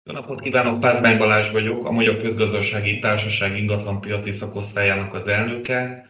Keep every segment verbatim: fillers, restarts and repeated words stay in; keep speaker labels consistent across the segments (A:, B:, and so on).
A: Jó napot kívánok, Pázmány Balázs vagyok, a Magyar Közgazdasági Társaság ingatlanpiaci szakosztályának az elnöke,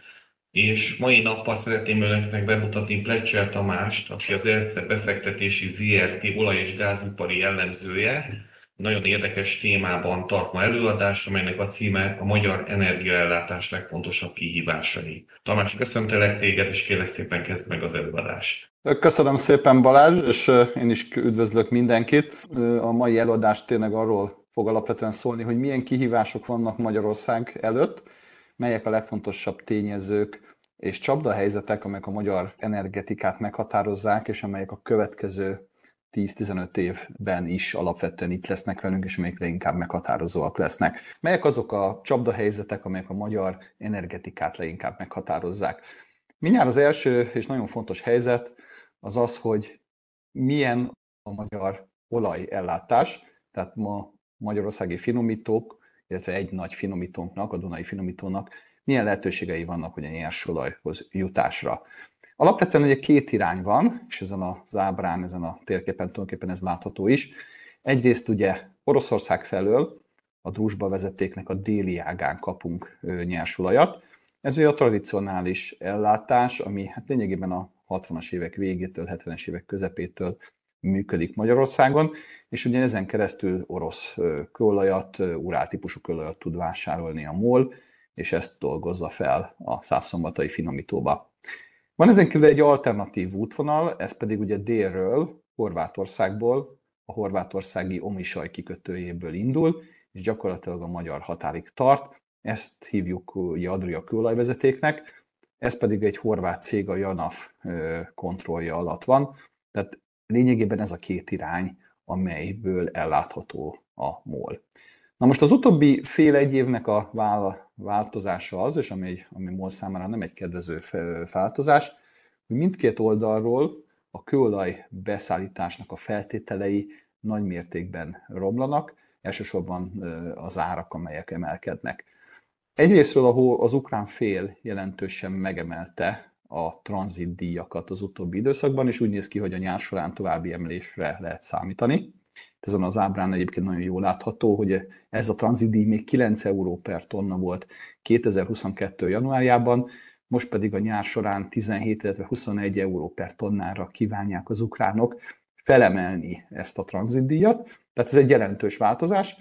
A: és mai nappal szeretném önöknek bemutatni Plecser Tamást, aki az Erste Befektetési zé er té olaj- és gázipari jellemzője. Nagyon érdekes témában tart ma előadást, amelynek a címe a magyar energiaellátás legfontosabb kihívásai. Tamás, köszöntelek téged, és kérlek szépen kezd meg az előadást.
B: Köszönöm szépen, Balázs, és én is üdvözlök mindenkit. A mai előadás tényleg arról fog alapvetően szólni, hogy milyen kihívások vannak Magyarország előtt, melyek a legfontosabb tényezők és csapdahelyzetek, amelyek a magyar energetikát meghatározzák, és amelyek a következő tíz-tizenöt évben is alapvetően itt lesznek velünk, és amelyek leginkább meghatározóak lesznek. Melyek azok a csapdahelyzetek, amelyek a magyar energetikát leginkább meghatározzák? Mindjárt az első és nagyon fontos helyzet az az, hogy milyen a magyar olajellátás, tehát ma magyarországi finomítók, illetve egy nagy finomítónknak, a Dunai Finomítónak milyen lehetőségei vannak, hogy a nyersolajhoz jutásra. Alapvetően ugye két irány van, és ezen az ábrán, ezen a térképen tulajdonképpen ez látható is. Egyrészt ugye Oroszország felől a Druzsba vezetéknek a déli ágán kapunk nyersolajat. Ez ugye a tradicionális ellátás, ami hát lényegében a hatvanas évek végétől, hetvenes évek közepétől működik Magyarországon, és ugye ezen keresztül orosz kőolajat, urál típusú kőolajat tud vásárolni a MOL, és ezt dolgozza fel a Szászszombathely finomítóba. Van ezen kívül egy alternatív útvonal, ez pedig ugye délről, Horvátországból, a horvátországi Omisaj kikötőjéből indul, és gyakorlatilag a magyar határig tart. Ezt hívjuk ugye Adria kőolajvezetéknek, ez pedig egy horvát cég, a JANAF kontrollja alatt van. Tehát lényegében ez a két irány, amelyből ellátható a MOL. Na most az utóbbi fél egy évnek a változása az, és ami, ami MOL számára nem egy kedvező változás, hogy mindkét oldalról a kőolaj beszállításnak a feltételei nagy mértékben romlanak, elsősorban az árak, amelyek emelkednek. Egyrésztről az ukrán fél jelentősen megemelte a tranzitdíjakat az utóbbi időszakban, és úgy néz ki, hogy a nyár során további emelésre lehet számítani. Ezen az ábrán egyébként nagyon jól látható, hogy ez a tranzitdíj még kilenc euró per tonna volt kétezer-huszonkettő. januárjában, most pedig a nyár során tizenhét, illetve huszonegy euró per tonnára kívánják az ukránok felemelni ezt a tranzitdíjat. Tehát ez egy jelentős változás.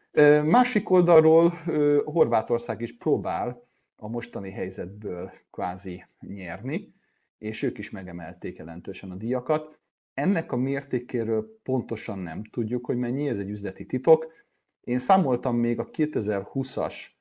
B: Másik oldalról Horvátország is próbál a mostani helyzetből kvázi nyerni, és ők is megemelték jelentősen a díjakat. Ennek a mértékéről pontosan nem tudjuk, hogy mennyi, ez egy üzleti titok. Én számoltam még a kétezer-húszas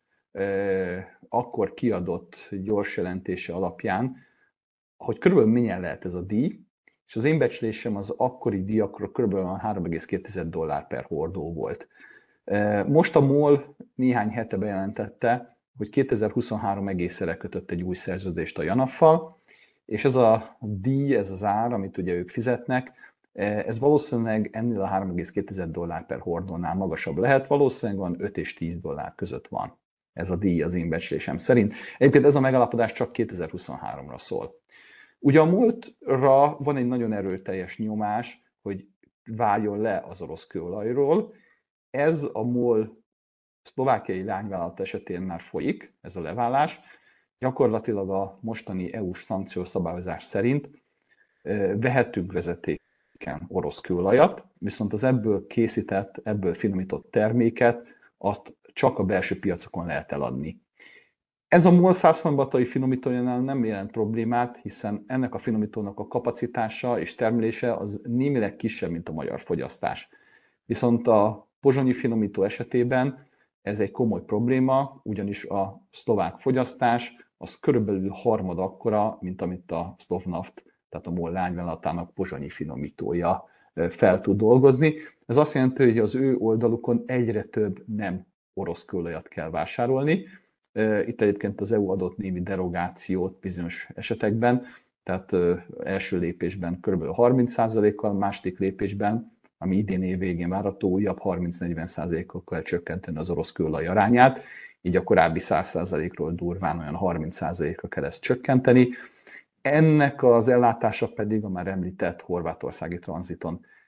B: akkor kiadott gyors jelentése alapján, hogy körülbelül milyen lehet ez a díj, és az én becslésem az akkori díjakról körülbelül három egész két dollár per hordó volt. Most a MOL néhány hete bejelentette, hogy kétezer-huszonhárom egészre kötött egy új szerződést a JANAF-fal, és ez a díj, ez az ár, amit ugye ők fizetnek, ez valószínűleg ennél a három egész két dollár per hordónál magasabb lehet, valószínűleg van öt és tíz dollár között van ez a díj az én becslésem szerint. Egyébként ez a megállapodás csak kétezer-huszonháromra szól. Ugye a MOL-ra van egy nagyon erőteljes nyomás, hogy váljon le az orosz kőolajról. Ez a MOL szlovákiai lányvállalat esetén már folyik, ez a leválás. Gyakorlatilag a mostani é u-s szankciószabályozás szerint vehetünk vezetéken orosz kőolajat, viszont az ebből készített, ebből finomított terméket azt csak a belső piacokon lehet eladni. Ez a MOL Szászszombathely finomítójánál nem jelent problémát, hiszen ennek a finomítónak a kapacitása és termelése az némileg kisebb, mint a magyar fogyasztás. Viszont a pozsonyi finomító esetében ez egy komoly probléma, ugyanis a szlovák fogyasztás az körülbelül harmad akkora, mint amit a Slovnaft, tehát a MOL lányvállalatának pozsonyi finomítója fel tud dolgozni. Ez azt jelenti, hogy az ő oldalukon egyre több nem orosz kőolajat kell vásárolni. Itt egyébként az é u adott némi derogációt bizonyos esetekben, tehát első lépésben kb. harminc százalékkal, második lépésben, ami idén év végén várható, újabb harminc-negyven százalékkal kell csökkenteni az orosz kőolaj arányát, így a korábbi száz százalékról durván olyan harminc százalékra kell ezt csökkenteni. Ennek az ellátása pedig a már említett horvátországi tranziton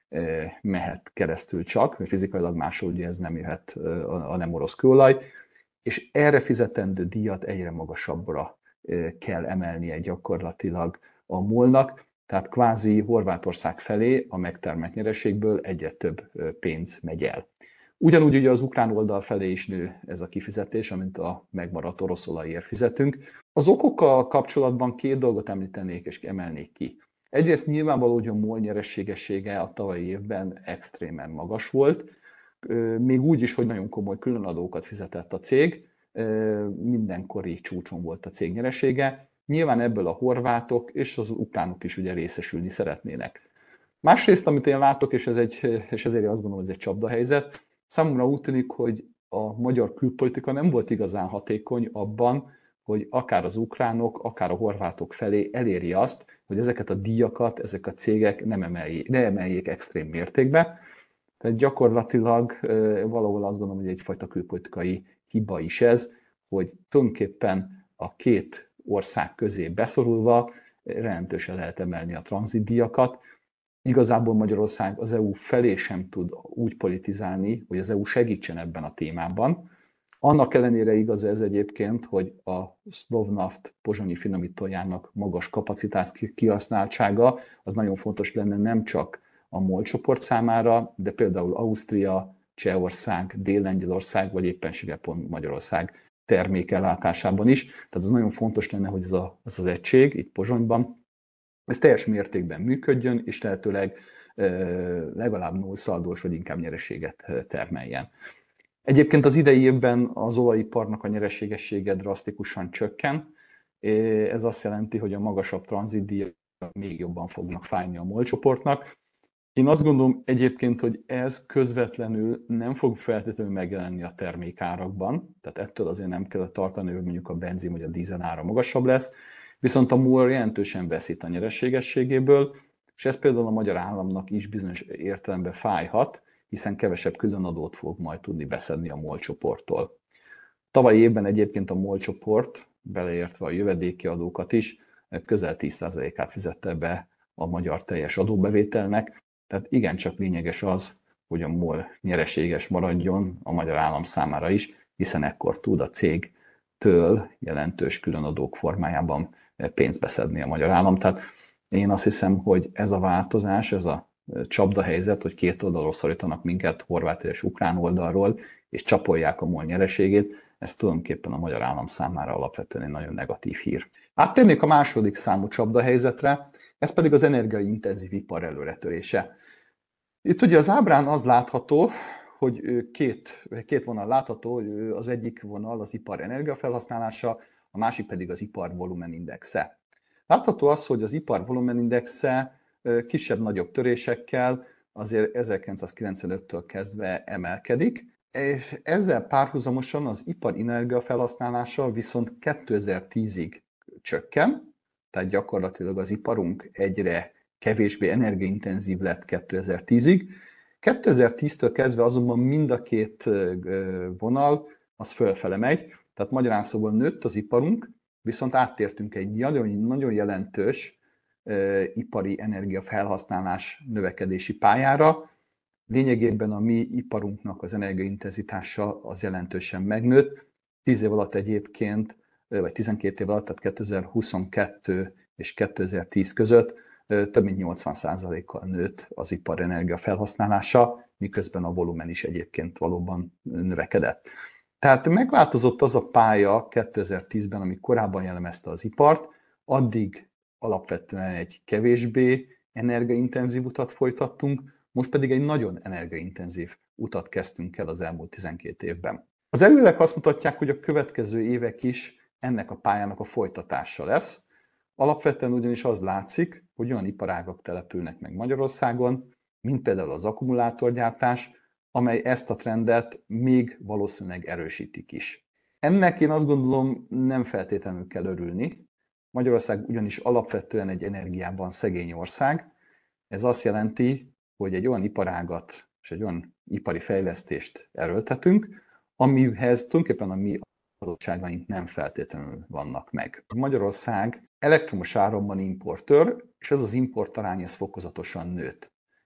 B: mehet keresztül csak, mert fizikailag máshol ugye ez nem jöhet a nem orosz kőolaj, és erre fizetendő díjat egyre magasabbra kell emelnie gyakorlatilag a MOL-nak, tehát kvázi Horvátország felé a megtermelt nyereségből egyre több pénz megy el. Ugyanúgy ugye az ukrán oldal felé is nő ez a kifizetés, amint a megmaradt orosz olajért fizetünk. Az okokkal kapcsolatban két dolgot említenék és emelnék ki. Egyrészt nyilvánvaló, hogy a MOL nyerességessége a tavalyi évben extrémen magas volt, még úgy is, hogy nagyon komoly különadókat fizetett a cég, mindenkori csúcson volt a cég nyeresége. Nyilván ebből a horvátok és az ukránok is ugye részesülni szeretnének. Másrészt, amit én látok, és, ez egy, és ezért azt gondolom, hogy ez egy csapdahelyzet, számomra úgy tűnik, hogy a magyar külpolitika nem volt igazán hatékony abban, hogy akár az ukránok, akár a horvátok felé eléri azt, hogy ezeket a díjakat, ezek a cégek nem emeljék, ne emeljék extrém mértékbe. Tehát gyakorlatilag valahol azt gondolom, hogy egyfajta külpolitikai hiba is ez, hogy tulajdonképpen a két ország közé beszorulva jelentősen lehet emelni a tranzitdíjakat. Igazából Magyarország az é u felé sem tud úgy politizálni, hogy az é u segítsen ebben a témában. Annak ellenére igaz ez egyébként, hogy a Slovnaft pozsonyi finomítójának magas kapacitás kihasználtsága az nagyon fontos lenne nem csak a MOL csoport számára, de például Ausztria, Csehország, Dél-Lengyelország, vagy éppenséggel pont Magyarország termékellátásában is. Tehát ez nagyon fontos lenne, hogy ez, a, ez az egység itt Pozsonyban ez teljes mértékben működjön, és lehetőleg legalább nullszaldós, vagy inkább nyereséget termeljen. Egyébként az idei évben az olajiparnak a nyereségessége drasztikusan csökken. Ez azt jelenti, hogy a magasabb tranzitdíjak még jobban fognak fájni a MOL csoportnak. Én azt gondolom egyébként, hogy ez közvetlenül nem fog feltétlenül megjelenni a termékárakban, tehát ettől azért nem kell tartani, hogy mondjuk a benzin vagy a dízel ára magasabb lesz, viszont a MOL jelentősen veszít a nyereségességéből, és ez például a magyar államnak is bizonyos értelemben fájhat, hiszen kevesebb különadót fog majd tudni beszedni a MOL csoporttól. Tavalyi évben egyébként a MOL csoport, beleértve a jövedéki adókat is, közel tíz százalékát fizette be a magyar teljes adóbevételnek, tehát igencsak lényeges az, hogy a MOL nyereséges maradjon a magyar állam számára is, hiszen ekkor tud a cégtől jelentős különadók formájában pénzt beszedni a magyar állam. Tehát én azt hiszem, hogy ez a változás, ez a csapdahelyzet, hogy két oldalról szorítanak minket, horvát és ukrán oldalról, és csapolják a MOL nyereségét, ez tulajdonképpen a magyar állam számára alapvetően egy nagyon negatív hír. Áttérnék a második számú csapdahelyzetre, ez pedig az energiaintenzív ipar előretörése. Itt ugye az ábrán az látható, hogy két, két vonal látható, hogy az egyik vonal az ipar energiafelhasználása, a másik pedig az ipar volumenindexe. Látható az, hogy az ipar volumenindexe kisebb-nagyobb törésekkel azért ezerkilencszázkilencvenöttől kezdve emelkedik, és ezzel párhuzamosan az ipar energiafelhasználása viszont kétezer-tízig csökken, tehát gyakorlatilag az iparunk egyre kevésbé energiaintenzív lett kétezer-tízig. kétezer-tíztől kezdve azonban mind a két vonal az fölfele megy, tehát magyarán szóval nőtt az iparunk, viszont áttértünk egy nagyon, nagyon jelentős uh, ipari energiafelhasználás növekedési pályára. Lényegében a mi iparunknak az energiaintenzitása az jelentősen megnőtt. tíz év alatt egyébként, vagy tizenkét év alatt, tehát kétezer-huszonkettő és kétezer-tíz között több mint nyolcvan százalékkal nőtt az ipar energiafelhasználása, miközben a volumen is egyébként valóban növekedett. Tehát megváltozott az a pálya kétezer-tízben, ami korábban jellemezte az ipart, addig alapvetően egy kevésbé energiaintenzív utat folytattunk, most pedig egy nagyon energiaintenzív utat kezdtünk el az elmúlt tizenkét évben. Az előlek azt mutatják, hogy a következő évek is ennek a pályának a folytatása lesz. Alapvetően ugyanis az látszik, hogy olyan iparágak települnek meg Magyarországon, mint például az akkumulátorgyártás, amely ezt a trendet még valószínűleg erősítik is. Ennek én azt gondolom nem feltétlenül kell örülni. Magyarország ugyanis alapvetően egy energiában szegény ország. Ez azt jelenti, hogy egy olyan iparágat és egy olyan ipari fejlesztést erőltetünk, amihez tulajdonképpen a mi adottságaink nem feltétlenül vannak meg. Magyarország elektromos áramban importőr, és ez az importarány ez fokozatosan nőtt.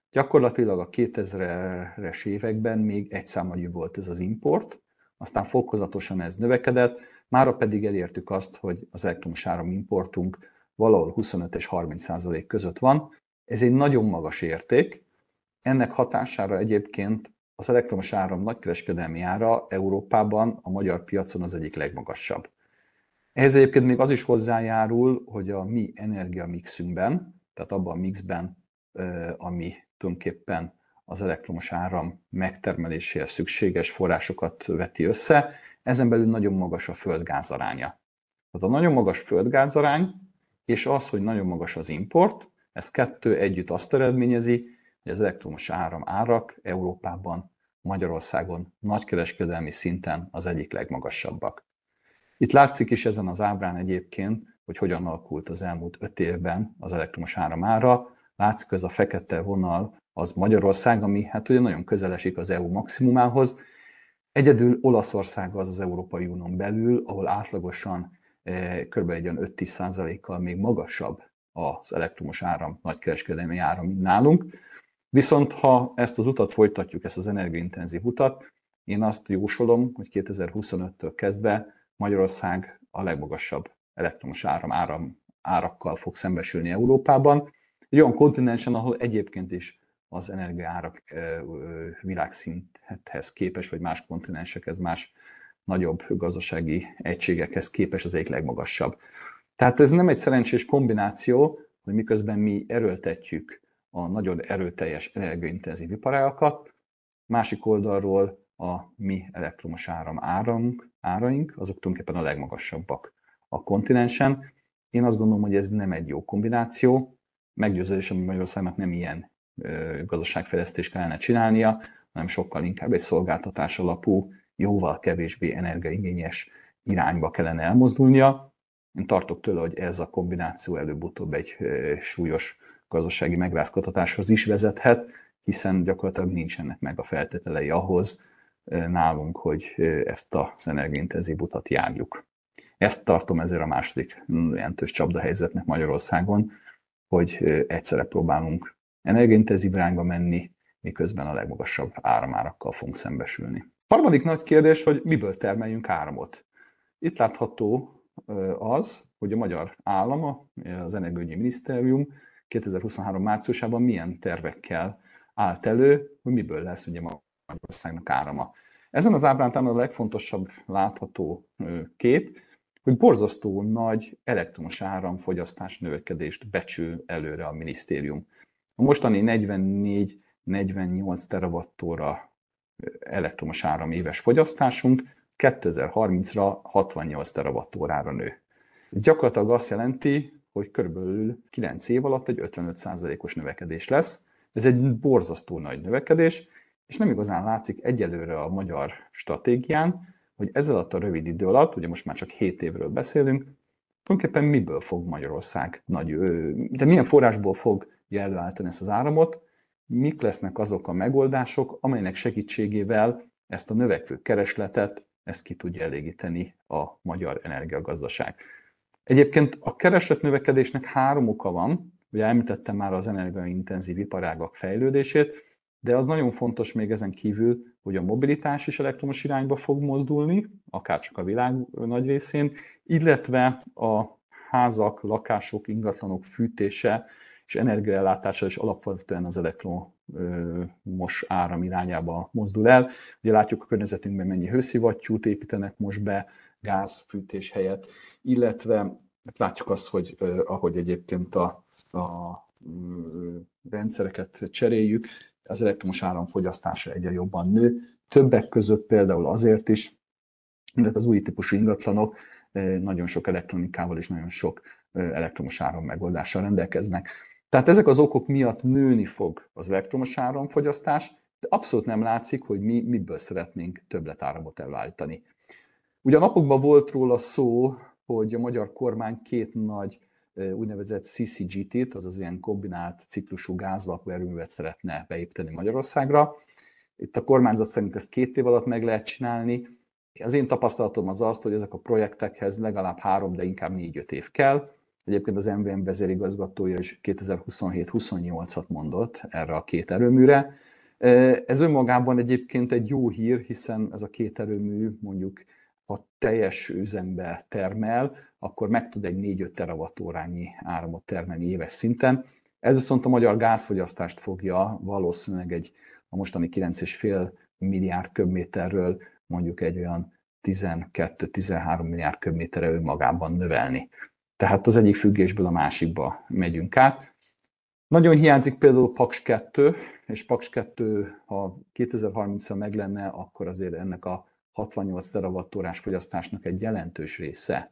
B: Gyakorlatilag a kétezres években még egyszámegyű volt ez az import, aztán fokozatosan ez növekedett, mára pedig elértük azt, hogy az elektromos áram importunk valahol huszonöt és harminc százalék között van. Ez egy nagyon magas érték, ennek hatására egyébként az elektromos áram nagykereskedelmi ára Európában, a magyar piacon az egyik legmagasabb. Ehhez egyébként még az is hozzájárul, hogy a mi energiamixünkben, tehát abban a mixben, ami tulajdonképpen az elektromos áram megtermeléséhez szükséges forrásokat veti össze, ezen belül nagyon magas a földgáz aránya. Tehát a nagyon magas földgázarány és az, hogy nagyon magas az import, ez kettő együtt azt eredményezi, hogy az elektromos áram árak Európában, Magyarországon nagykereskedelmi szinten az egyik legmagasabbak. Itt látszik is ezen az ábrán egyébként, hogy hogyan alakult az elmúlt öt évben az elektromos áram ára. Látszik, ez a fekete vonal az Magyarország, ami hát ugye nagyon közel esik az é u maximumához. Egyedül Olaszország az az Európai Unión belül, ahol átlagosan kb. Egy öt-tíz százalékkal még magasabb az elektromos áram, nagykereskedelmi áram, mint nálunk. Viszont ha ezt az utat folytatjuk, ezt az energiaintenzív utat, én azt jósolom, hogy kétezer-huszonöttől kezdve Magyarország a legmagasabb elektromos áram, áram árakkal fog szembesülni Európában. Egy olyan kontinensen, ahol egyébként is az energiaárak világszinthez képes, vagy más kontinensekhez, más nagyobb gazdasági egységekhez képes az egyik legmagasabb. Tehát ez nem egy szerencsés kombináció, hogy miközben mi erőltetjük a nagyon erőteljes energiaintenzív iparágakat, másik oldalról a mi elektromos áram áramunk, áraink, azok tulajdonképpen a legmagasabbak a kontinensen. Én azt gondolom, hogy ez nem egy jó kombináció. Meggyőződésem, hogy Magyarországnak nem ilyen ö, gazdaságfejlesztést kellene csinálnia, hanem sokkal inkább egy szolgáltatás alapú, jóval kevésbé energiaigényes irányba kellene elmozdulnia. Én tartok tőle, hogy ez a kombináció előbb-utóbb egy ö, súlyos gazdasági megrázkottatáshoz is vezethet, hiszen gyakorlatilag nincsenek meg a feltételei ahhoz nálunk, hogy ezt az energiaintenzív utat járjuk. Ezt tartom ezért a második jelentős csapdahelyzetnek Magyarországon, hogy egyszerre próbálunk energiaintenzív irányba menni, miközben a legmagasabb áramárakkal fogunk szembesülni. A harmadik nagy kérdés, hogy miből termeljünk áramot. Itt látható az, hogy a magyar állam, az Energiaügyi Minisztérium kétezer-huszonhárom márciusában milyen tervekkel állt elő, hogy miből lesz ugye Magyarországnak árama. Ezen az ábrán talán a legfontosabb látható kép, hogy borzasztó nagy elektromos áramfogyasztás növekedést becsül előre a minisztérium. A mostani negyvennégy-negyvennyolc terawattóra elektromos áram éves fogyasztásunk kétezer-harmincra hatvannyolc terawattórára nő. Ez gyakorlatilag azt jelenti, hogy körülbelül kilenc év alatt egy ötvenöt százalékos növekedés lesz. Ez egy borzasztó nagy növekedés, és nem igazán látszik egyelőre a magyar stratégián, hogy ezzel alatt a rövid idő alatt, ugye most már csak hét évről beszélünk, tulajdonképpen miből fog Magyarország nagy, de milyen forrásból fog előállítani ezt az áramot, mik lesznek azok a megoldások, amelynek segítségével ezt a növekvő keresletet, ezt ki tudja elégíteni a magyar energiagazdaság. Egyébként a kereslet növekedésnek három oka van, ugye említettem már az energiaintenzív iparágak fejlődését, de az nagyon fontos még ezen kívül, hogy a mobilitás is elektromos irányba fog mozdulni, akárcsak a világ nagy részén, illetve a házak, lakások, ingatlanok fűtése és energiaellátása is alapvetően az elektromos áram irányába mozdul el. Ugye látjuk a környezetünkben mennyi hőszivattyút építenek most be gázfűtés helyett, illetve látjuk azt, hogy ahogy egyébként a, a rendszereket cseréljük, az elektromos áram fogyasztása egyre jobban nő, többek között például azért is, mert az új típusú ingatlanok nagyon sok elektronikával és nagyon sok elektromos áram megoldással rendelkeznek. Tehát ezek az okok miatt nőni fog az elektromos áramfogyasztás, de abszolút nem látszik, hogy mi miből szeretnénk többletáramot előállítani. Ugye a napokban volt róla szó, hogy a magyar kormány két nagy úgynevezett cé cé gé té-t, azaz ilyen kombinált ciklusú gázalapú erőművet szeretne beépíteni Magyarországra. Itt a kormányzat szerint ezt két év alatt meg lehet csinálni. Az én tapasztalatom az az, hogy ezek a projektekhez legalább három, de inkább négy-öt év kell. Egyébként az em vé em vezérigazgatója is kétezer-huszonhét huszonnyolcat mondott erre a két erőműre. Ez önmagában egyébként egy jó hír, hiszen ez a két erőmű mondjuk, ha teljes üzembe termel, akkor meg tud egy négy-öt terawattórányi áramot termelni éves szinten. Ez viszont a magyar gázfogyasztást fogja valószínűleg egy a mostani kilenc egész öt milliárd köbméterről mondjuk egy olyan tizenkettő-tizenhárom milliárd köbméterre önmagában növelni. Tehát az egyik függésből a másikba megyünk át. Nagyon hiányzik például Paks kettő, és Paks kettő, ha kétezer-harmincra meg lenne, akkor azért ennek a hatvannyolc terawattórás fogyasztásnak egy jelentős része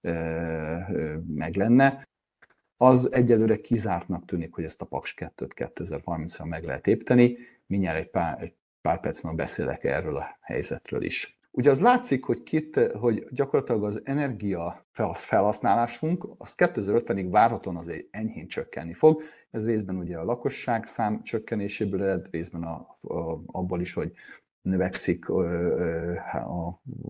B: meg lenne. Az egyelőre kizártnak tűnik, hogy ezt a Paks kettőt kétezer-harmincra meg lehet építeni. Mindjárt egy pár, egy pár perc múlva beszélek erről a helyzetről is. Ugye az látszik, hogy, két, hogy gyakorlatilag az energia felhasználásunk az kétezer-ötvenig várhatóan azért enyhén csökkenni fog. Ez részben ugye a lakosság szám csökkenéséből ered, részben a, a, abból is, hogy növekszik a, a,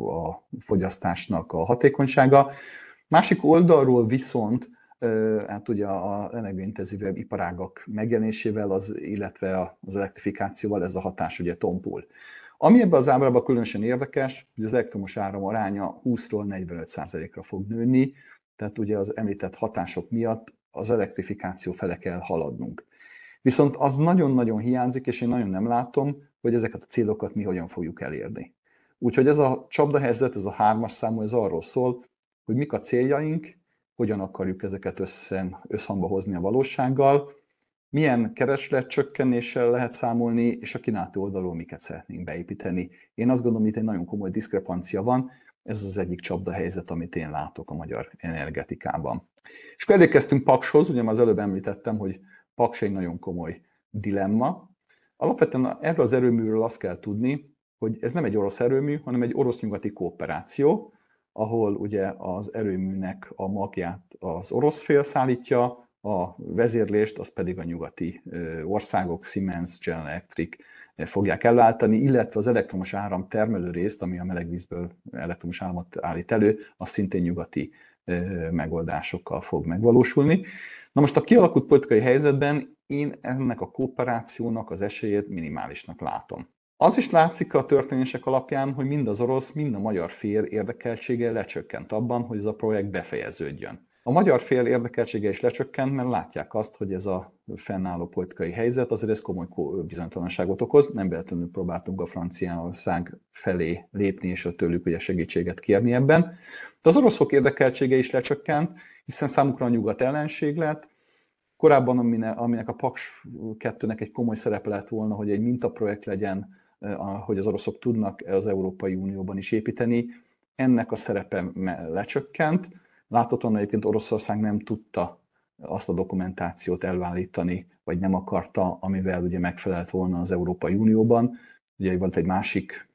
B: a fogyasztásnak a hatékonysága. Másik oldalról viszont hát ugye az energiaintenzívebb iparágak megjelenésével, az, illetve az elektrifikációval ez a hatás ugye tompul. Ami ebben az ábrában különösen érdekes, hogy az elektromos áram aránya húszról negyvenöt százalékra fog nőni, tehát ugye az említett hatások miatt az elektrifikáció fele kell haladnunk. Viszont az nagyon-nagyon hiányzik, és én nagyon nem látom, hogy ezeket a célokat mi hogyan fogjuk elérni. Úgyhogy ez a csapdahelyzet, ez a hármas számú, ez arról szól, hogy mik a céljaink, hogyan akarjuk ezeket össze, összhangba hozni a valósággal, milyen keresletcsökkenéssel lehet számolni, és a kínálati oldalról miket szeretnénk beépíteni. Én azt gondolom, hogy itt egy nagyon komoly diszkrepancia van, ez az egyik csapdahelyzet, amit én látok a magyar energetikában. És akkor elérkeztünk Pakshoz, ugye már az előbb említettem, hogy Paks egy nagyon komoly dilemma. Alapvetően erről az erőműről azt kell tudni, hogy ez nem egy orosz erőmű, hanem egy orosz-nyugati kooperáció, ahol ugye az erőműnek a magját az orosz fél szállítja, a vezérlést, az pedig a nyugati országok, Siemens, General Electric fogják ellátani, illetve az elektromos áram termelő részt, ami a melegvízből elektromos áramot állít elő, az szintén nyugati megoldásokkal fog megvalósulni. Na most a kialakult politikai helyzetben én ennek a kooperációnak az esélyét minimálisnak látom. Az is látszik a történések alapján, hogy mind az orosz, mind a magyar fél érdekeltsége lecsökkent abban, hogy ez a projekt befejeződjön. A magyar fél érdekeltsége is lecsökkent, mert látják azt, hogy ez a fennálló politikai helyzet azért ez komoly bizonytalanságot okoz. Nem véletlenül próbáltunk a Franciaország felé lépni, és tőlük ugye segítséget kérni ebben. De az oroszok érdekeltsége is lecsökkent, hiszen számukra a nyugat ellenség lett. Korábban, aminek a Paks kettőnek egy komoly szerepe lett volna, hogy egy mintaprojekt legyen, hogy az oroszok tudnak az Európai Unióban is építeni, ennek a szerepe lecsökkent. Láthatóan egyébként Oroszország nem tudta azt a dokumentációt elvállítani, vagy nem akarta, amivel ugye megfelelt volna az Európai Unióban. Ugye volt egy másik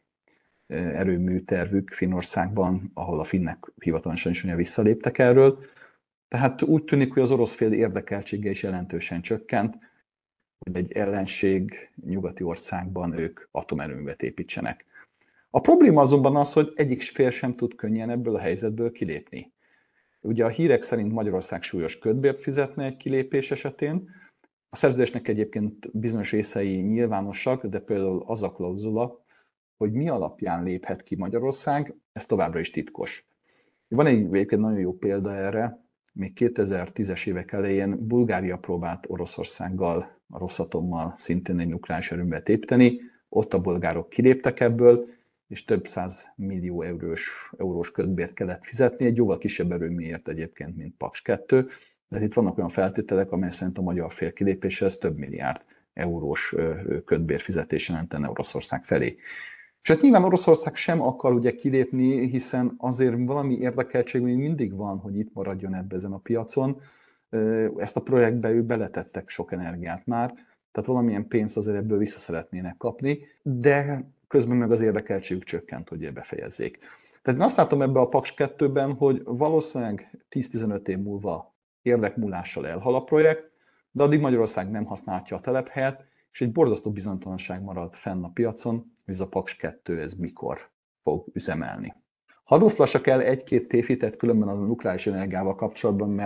B: erőműtervük Finnországban, ahol a finnek hivatalosan is visszaléptek erről. Tehát úgy tűnik, hogy az orosz fél érdekeltsége is jelentősen csökkent, hogy egy ellenség nyugati országban ők atomerőművet építsenek. A probléma azonban az, hogy egyik fél sem tud könnyen ebből a helyzetből kilépni. Ugye a hírek szerint Magyarország súlyos kötbért fizetne egy kilépés esetén. A szerződésnek egyébként bizonyos részei nyilvánosak, de például az a klauzula, hogy mi alapján léphet ki Magyarország, ez továbbra is titkos. Van egy egyébként nagyon jó példa erre, még kétezer-tízes évek elején Bulgária próbált Oroszországgal, a Rosatommal szintén egy nukleáris erőművet építeni, ott a bolgárok kiléptek ebből, és több száz millió eurós, eurós kötbért kellett fizetni, egy jóval kisebb erőműért egyébként, mint Paks kettő, de itt vannak olyan feltételek, amely szerint a magyar fél kilépése ez több milliárd eurós kötbér fizetés jelentene Oroszország felé. És hát nyilván Oroszország sem akar ugye kilépni, hiszen azért valami érdekeltség még mindig van, hogy itt maradjon ebbe ezen a piacon. Ezt a projektbe ők beletettek sok energiát már, tehát valamilyen pénzt azért ebből vissza szeretnének kapni, de közben meg az érdekeltségük csökkent, hogy befejezzék. Tehát én azt látom ebben a Paks kettőben, hogy valószínűleg tíz-tizenöt év múlva érdekmúlással elhal a projekt, de addig Magyarország nem használhatja a telephelyet, és egy borzasztó bizonytalanság marad fenn a piacon, hogy ez a Paks kettő ez mikor fog üzemelni. Hadd oszlassak el egy-két tévhitet különben a nukleáris energiával kapcsolatban, mert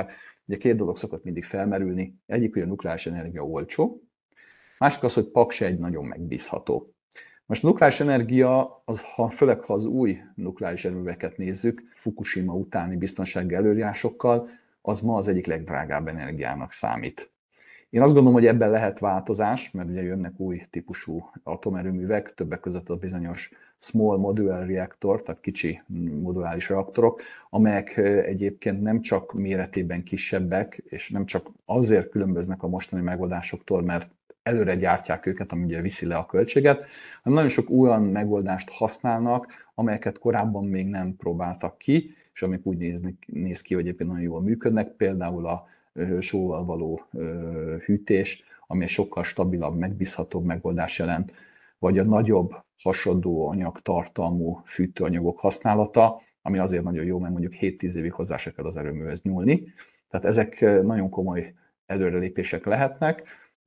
B: Ugye két dolog szokott mindig felmerülni. Egyik, hogy a nukleáris energia olcsó, másik az, hogy Paks egy nagyon megbízható. Most a nukleáris energia, az, ha, főleg ha az új nukleáris erőműveket nézzük, Fukushima utáni biztonsági előírásokkal, az ma az egyik legdrágább energiának számít. Én azt gondolom, hogy ebben lehet változás, mert ugye jönnek új típusú atomerőművek, többek között a bizonyos small modular reactor, tehát kicsi moduláris reaktorok, amelyek egyébként nem csak méretében kisebbek, és nem csak azért különböznek a mostani megoldásoktól, mert előre gyártják őket, ami ugye viszi le a költséget, hanem nagyon sok olyan megoldást használnak, amelyeket korábban még nem próbáltak ki, és amik úgy néznek, néz ki, hogy egyébként nagyon jól működnek, például a sóval való hűtés, ami egy sokkal stabilabb, megbízhatóbb megoldás jelent, vagy a nagyobb hasadó anyagtartalmú fűtőanyagok használata, ami azért nagyon jó, mert mondjuk hét-tíz évig hozzá se kell az erőműhöz nyúlni. Tehát ezek nagyon komoly előrelépések lehetnek,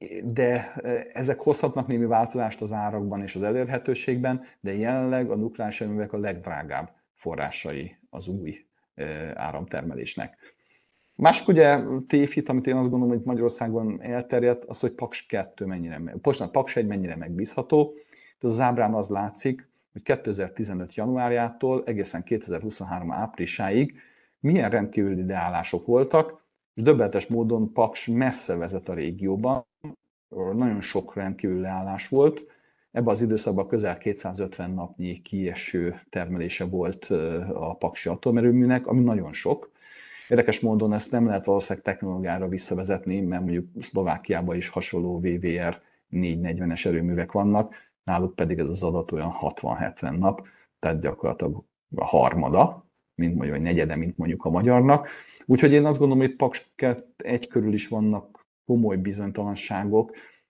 B: de ezek hozhatnak némi változást az árakban és az elérhetőségben, de jelenleg a nukleáris erőművek a legdrágább forrásai az új áramtermelésnek. Másik ugye tévhit, amit én azt gondolom, hogy Magyarországon elterjedt, az, hogy Paks kettő mennyire, bocsánat, Paks egy mennyire megbízható. Az ábrán az látszik, hogy kétezer-tizenöt januárjától egészen kétezer-huszonhárom áprilisáig milyen rendkívüli leállások voltak, és döbbenetes módon Paks messze vezet a régióban, nagyon sok rendkívüli leállás volt. Ebben az időszakban közel kétszázötven napnyi kieső termelése volt a paksi atomerőműnek, ami nagyon sok. Érdekes módon ezt nem lehet valószínűleg technológiára visszavezetni, mert mondjuk Szlovákiában is hasonló vé vé er négyszáznegyvenes erőművek vannak, náluk pedig ez az adat olyan hatvan-hetven nap, tehát gyakorlatilag a harmada, mint mondjuk, vagy negyede, mint mondjuk a magyarnak. Úgyhogy én azt gondolom, hogy itt Paks egy körül is vannak komoly bizonytalanságok.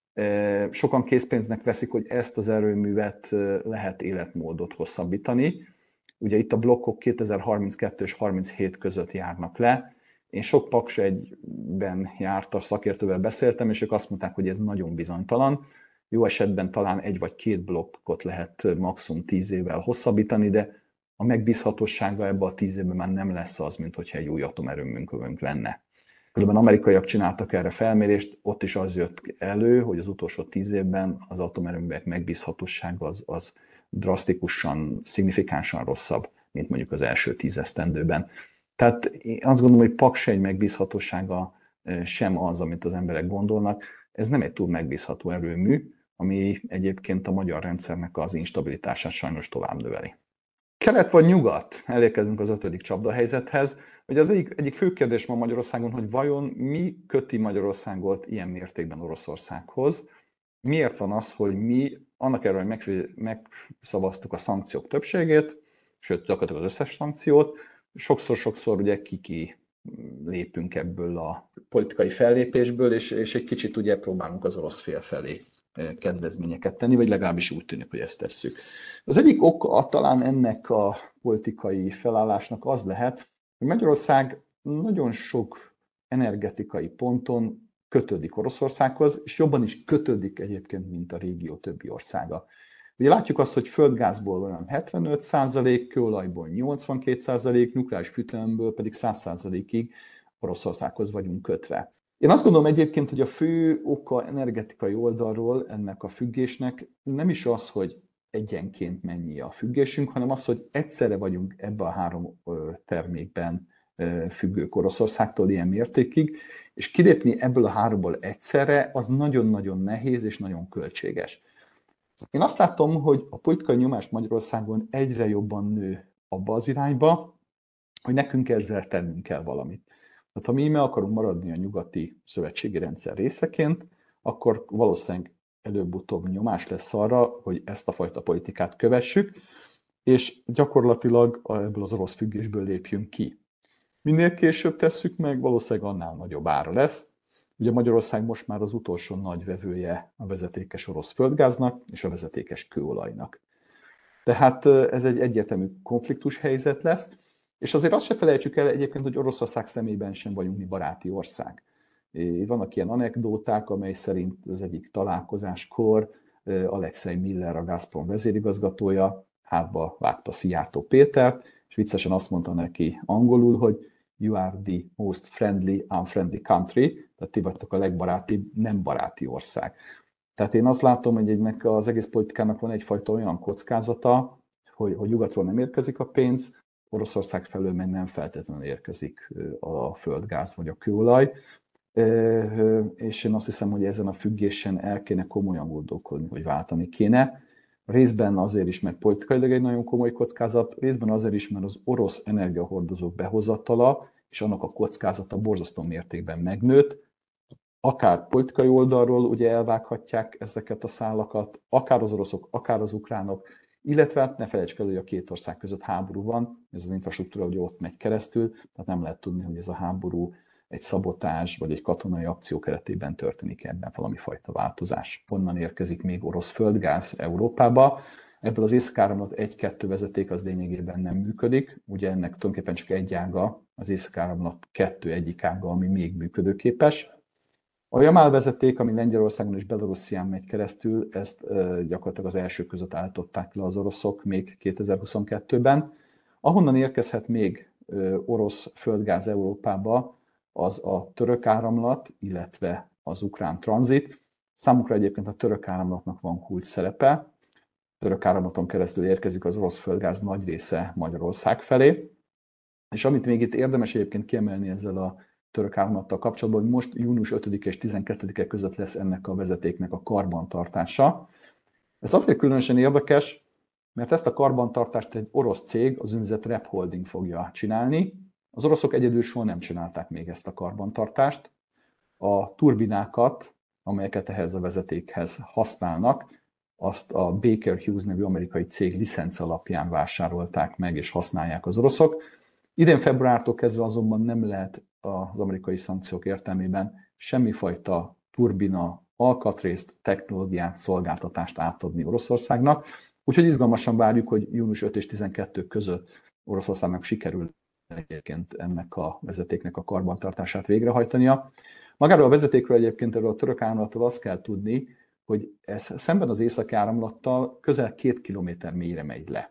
B: Sokan készpénznek veszik, hogy ezt az erőművet lehet életmódot hosszabbítani. Ugye itt a blokkok kétezer-harminckettő és harminchét között járnak le. Én sok Paks egyben jártas szakértővel beszéltem, és ők azt mondták, hogy ez nagyon bizonytalan. Jó esetben talán egy vagy két blokkot lehet maximum tíz évvel hosszabbítani, de a megbízhatósága ebben a tíz évben már nem lesz az, mint hogyha egy új atomerőműnk lenne. Különben amerikaiak csináltak erre felmérést, ott is az jött elő, hogy az utolsó tíz évben az atomerőművek megbízhatósága az, az drasztikusan, szignifikánsan rosszabb, mint mondjuk az első tíz esztendőben. Tehát én azt gondolom, hogy Paks egy megbízhatósága sem az, amit az emberek gondolnak. Ez nem egy túl megbízható erőmű, ami egyébként a magyar rendszernek az instabilitását sajnos tovább növeli. Kelet vagy nyugat? Elérkezünk az ötödik csapdahelyzethez. Ugye az egyik, egyik fő kérdés ma Magyarországon, hogy vajon mi köti Magyarországot ilyen mértékben Oroszországhoz? Miért van az, hogy mi annak ellenére, hogy megszavaztuk a szankciók többségét, sőt, gyakorlatilag az összes szankciót, sokszor-sokszor ugye kiki lépünk ebből a politikai fellépésből, és, és egy kicsit ugye próbálunk az orosz fél felé kedvezményeket tenni, vagy legalábbis úgy tűnik, hogy ezt tesszük. Az egyik oka talán ennek a politikai felállásnak az lehet, hogy Magyarország nagyon sok energetikai ponton kötődik Oroszországhoz, és jobban is kötődik egyébként, mint a régió többi országa. Ugye látjuk azt, hogy földgázból olyan hetvenöt százalék, kőolajból nyolcvankét százalék, nukleáris fűtőelemből pedig száz százalékig Oroszországhoz vagyunk kötve. Én azt gondolom egyébként, hogy a fő oka energetikai oldalról ennek a függésnek nem is az, hogy egyenként mennyi a függésünk, hanem az, hogy egyszerre vagyunk ebben a három termékben függők Oroszországtól ilyen mértékig, és kilépni ebből a háromból egyszerre az nagyon-nagyon nehéz és nagyon költséges. Én azt látom, hogy a politikai nyomás Magyarországon egyre jobban nő abba az irányba, hogy nekünk ezzel tennünk kell valamit. Tehát ha mi meg akarunk maradni a nyugati szövetségi rendszer részeként, akkor valószínűleg előbb-utóbb nyomás lesz arra, hogy ezt a fajta politikát kövessük, és gyakorlatilag ebből az orosz függésből lépjünk ki. Minél később tesszük meg, valószínűleg annál nagyobb ára lesz. Ugye Magyarország most már az utolsó nagy vevője a vezetékes orosz földgáznak és a vezetékes kőolajnak. Tehát ez egy egyértelmű konfliktus helyzet lesz, és azért azt se felejtsük el egyébként, hogy Oroszország szemében sem vagyunk mi baráti ország. Vannak ilyen anekdóták, amely szerint az egyik találkozáskor Alexei Miller, a Gazprom vezérigazgatója, hátba vágta Szijjártó Pétert, és viccesen azt mondta neki angolul, hogy you are the most friendly, unfriendly country, tehát ti vagytok a legbarátibb, nem baráti ország. Tehát én azt látom, hogy ennek az egész politikának van egyfajta olyan kockázata, hogy, hogy nyugatról nem érkezik a pénz, Oroszország felől meg nem feltétlenül érkezik a földgáz vagy a kőolaj, és én azt hiszem, hogy ezen a függésen el kéne komolyan gondolkodni, hogy váltani kéne. Részben azért is, mert politikailag egy nagyon komoly kockázat, részben azért is, mert az orosz energiahordozók behozatala és annak a kockázata borzasztó mértékben megnőtt. Akár politikai oldalról ugye elvághatják ezeket a szálakat, akár az oroszok, akár az ukránok, illetve hát ne felejtsd el, hogy a két ország között háború van, ez az infrastruktúra ugye ott megy keresztül, tehát nem lehet tudni, hogy ez a háború egy szabotázs vagy egy katonai akció keretében történik ebben valami fajta változás. Honnan érkezik még orosz földgáz Európába? Ebből az Észak-Áramlat egy-kettő vezeték az lényegében nem működik. Ugye ennek tulajdonképpen csak egy ága, az Észak-Áramlat kettő egyik ága, ami még működőképes. A Jamál vezeték, ami Lengyelországon és Belorusszián megy keresztül, ezt gyakorlatilag az első között állították le az oroszok még kétezer-huszonkettőben. Ahonnan érkezhet még orosz földgáz Európába, az a török áramlat, illetve az ukrán tranzit. Számukra egyébként a török áramlatnak van kulcs szerepe. A török áramlaton keresztül érkezik az orosz földgáz nagy része Magyarország felé. És amit még itt érdemes egyébként kiemelni ezzel a török áramlattal kapcsolatban, hogy most június ötödike és tizenkettedike között lesz ennek a vezetéknek a karbantartása. Ez azért különösen érdekes, mert ezt a karbantartást egy orosz cég, az úgynevezett Rep Holding fogja csinálni. Az oroszok egyedül soha nem csinálták még ezt a karbantartást. A turbinákat, amelyeket ehhez a vezetékhez használnak, azt a Baker Hughes nevű amerikai cég licenc alapján vásárolták meg és használják az oroszok. Idén februártól kezdve azonban nem lehet az amerikai szankciók értelmében semmifajta turbina alkatrészt, technológiát, szolgáltatást átadni Oroszországnak. Úgyhogy izgalmasan várjuk, hogy június ötödike és tizenkettedike között Oroszországnak sikerül egyébként ennek a vezetéknek a karbantartását végrehajtania. Magáról a vezetékről egyébként erről a török áramlatról azt kell tudni, hogy ez szemben az északi áramlattal közel két kilométer mélyre megy le.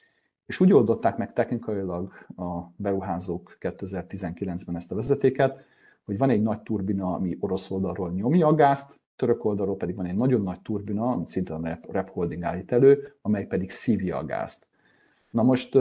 B: És úgy oldották meg technikailag a beruházók kétezer-tizenkilencben ezt a vezetéket, hogy van egy nagy turbina, ami orosz oldalról nyomja a gázt, török oldalról pedig van egy nagyon nagy turbina, amit szintén a Rep Holding állít elő, amely pedig szívja a gázt. Na most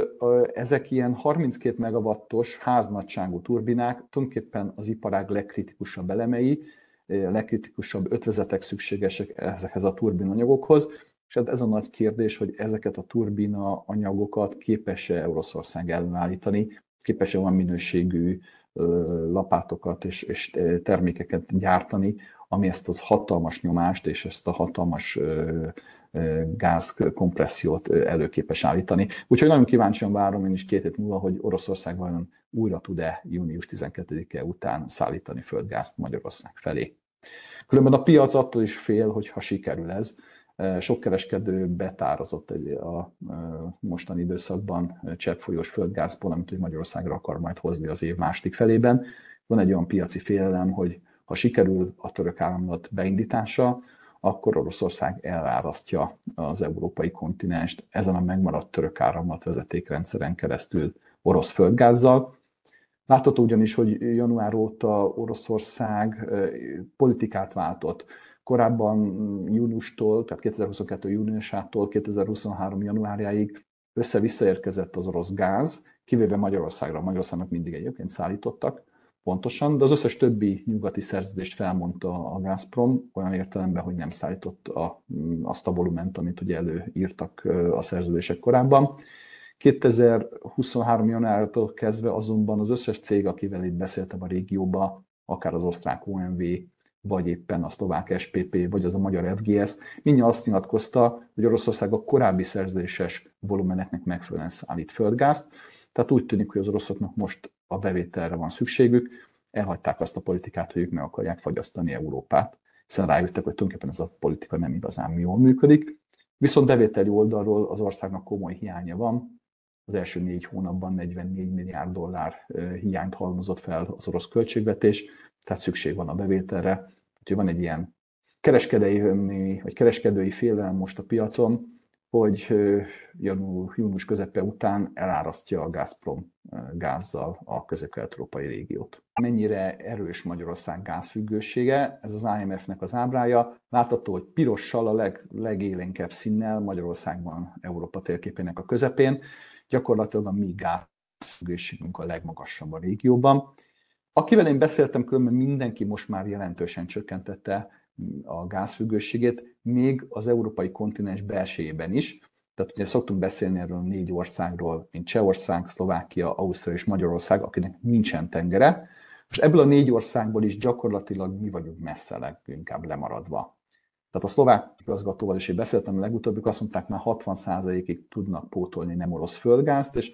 B: ezek ilyen harminckét megawattos háznagyságú turbinák, tulajdonképpen az iparág legkritikusabb elemei, legkritikusabb ötvezetek szükségesek ezekhez a turbinanyagokhoz, és hát ez a nagy kérdés, hogy ezeket a turbina anyagokat képes-e Oroszország ellenállítani, képes-e olyan minőségű lapátokat és, és termékeket gyártani, ami ezt az hatalmas nyomást és ezt a hatalmas gázkompressziót előképes állítani. Úgyhogy nagyon kíváncsian várom én is két hét múlva, hogy Oroszország vajon újra tud-e június tizenkettedike után szállítani földgázt Magyarország felé. Különben a piac attól is fél, hogy ha sikerül ez, sok kereskedő betározott a mostani időszakban cseppfolyós földgázból, amit Magyarországra akar majd hozni az év második felében. Van egy olyan piaci félelem, hogy ha sikerül a török áramlat beindítása, akkor Oroszország elárasztja az európai kontinenst ezen a megmaradt török áramlat vezetékrendszeren keresztül orosz földgázzal. Látható ugyanis, hogy január óta Oroszország politikát váltott. Korábban júniustól, tehát kétezer-huszonkettő júniusától kétezer-huszonhárom januárjáig össze-vissza érkezett az orosz gáz, kivéve Magyarországra. Magyarországnak mindig egyébként szállítottak pontosan, de az összes többi nyugati szerződést felmondta a Gazprom, olyan értelemben, hogy nem szállított a, azt a volument, amit ugye előírtak a szerződések korábban. kétezer-huszonhárom januártól kezdve azonban az összes cég, akivel itt beszéltem a régióban, akár az osztrák o em vé, vagy éppen a szlovák es pé pé, vagy az a magyar ef gé es, mindjárt azt nyilatkozta, hogy Oroszország a korábbi szerződéses volumeneknek megfelelően szállít földgázt. Tehát úgy tűnik, hogy az oroszoknak most a bevételre van szükségük, elhagyták azt a politikát, hogy ők meg akarják fagyasztani Európát, hiszen rájöttek, hogy tulajdonképpen ez a politika nem igazán jól működik. Viszont bevételi oldalról az országnak komoly hiánya van. Az első négy hónapban negyvennégy milliárd dollár hiányt halmozott fel az orosz költségvetés, tehát szükség van a bevételre. Úgyhogy van egy ilyen kereskedői, vagy kereskedői félelem most a piacon, hogy június közepe után elárasztja a Gazprom gázzal a közép-kelet-európai régiót. Mennyire erős Magyarország gázfüggősége, ez az i em ef-nek az ábrája. Látható, hogy pirossal a leg, legélénkebb színnel Magyarországban Európa térképének a közepén. Gyakorlatilag a mi gázfüggőségünk a legmagasabb a régióban. Akivel én beszéltem, különben mindenki most már jelentősen csökkentette a gázfüggőségét, még az európai kontinens belsejében is. Tehát ugye szoktunk beszélni erről négy országról, mint Csehország, Szlovákia, Ausztria és Magyarország, akinek nincsen tengere. Most ebből a négy országból is gyakorlatilag mi vagyunk messze leginkább lemaradva. Tehát a szlovák igazgatóval is én beszéltem, a legutóbbik azt mondták, már hatvan százalékig tudnak pótolni nem orosz földgázt, és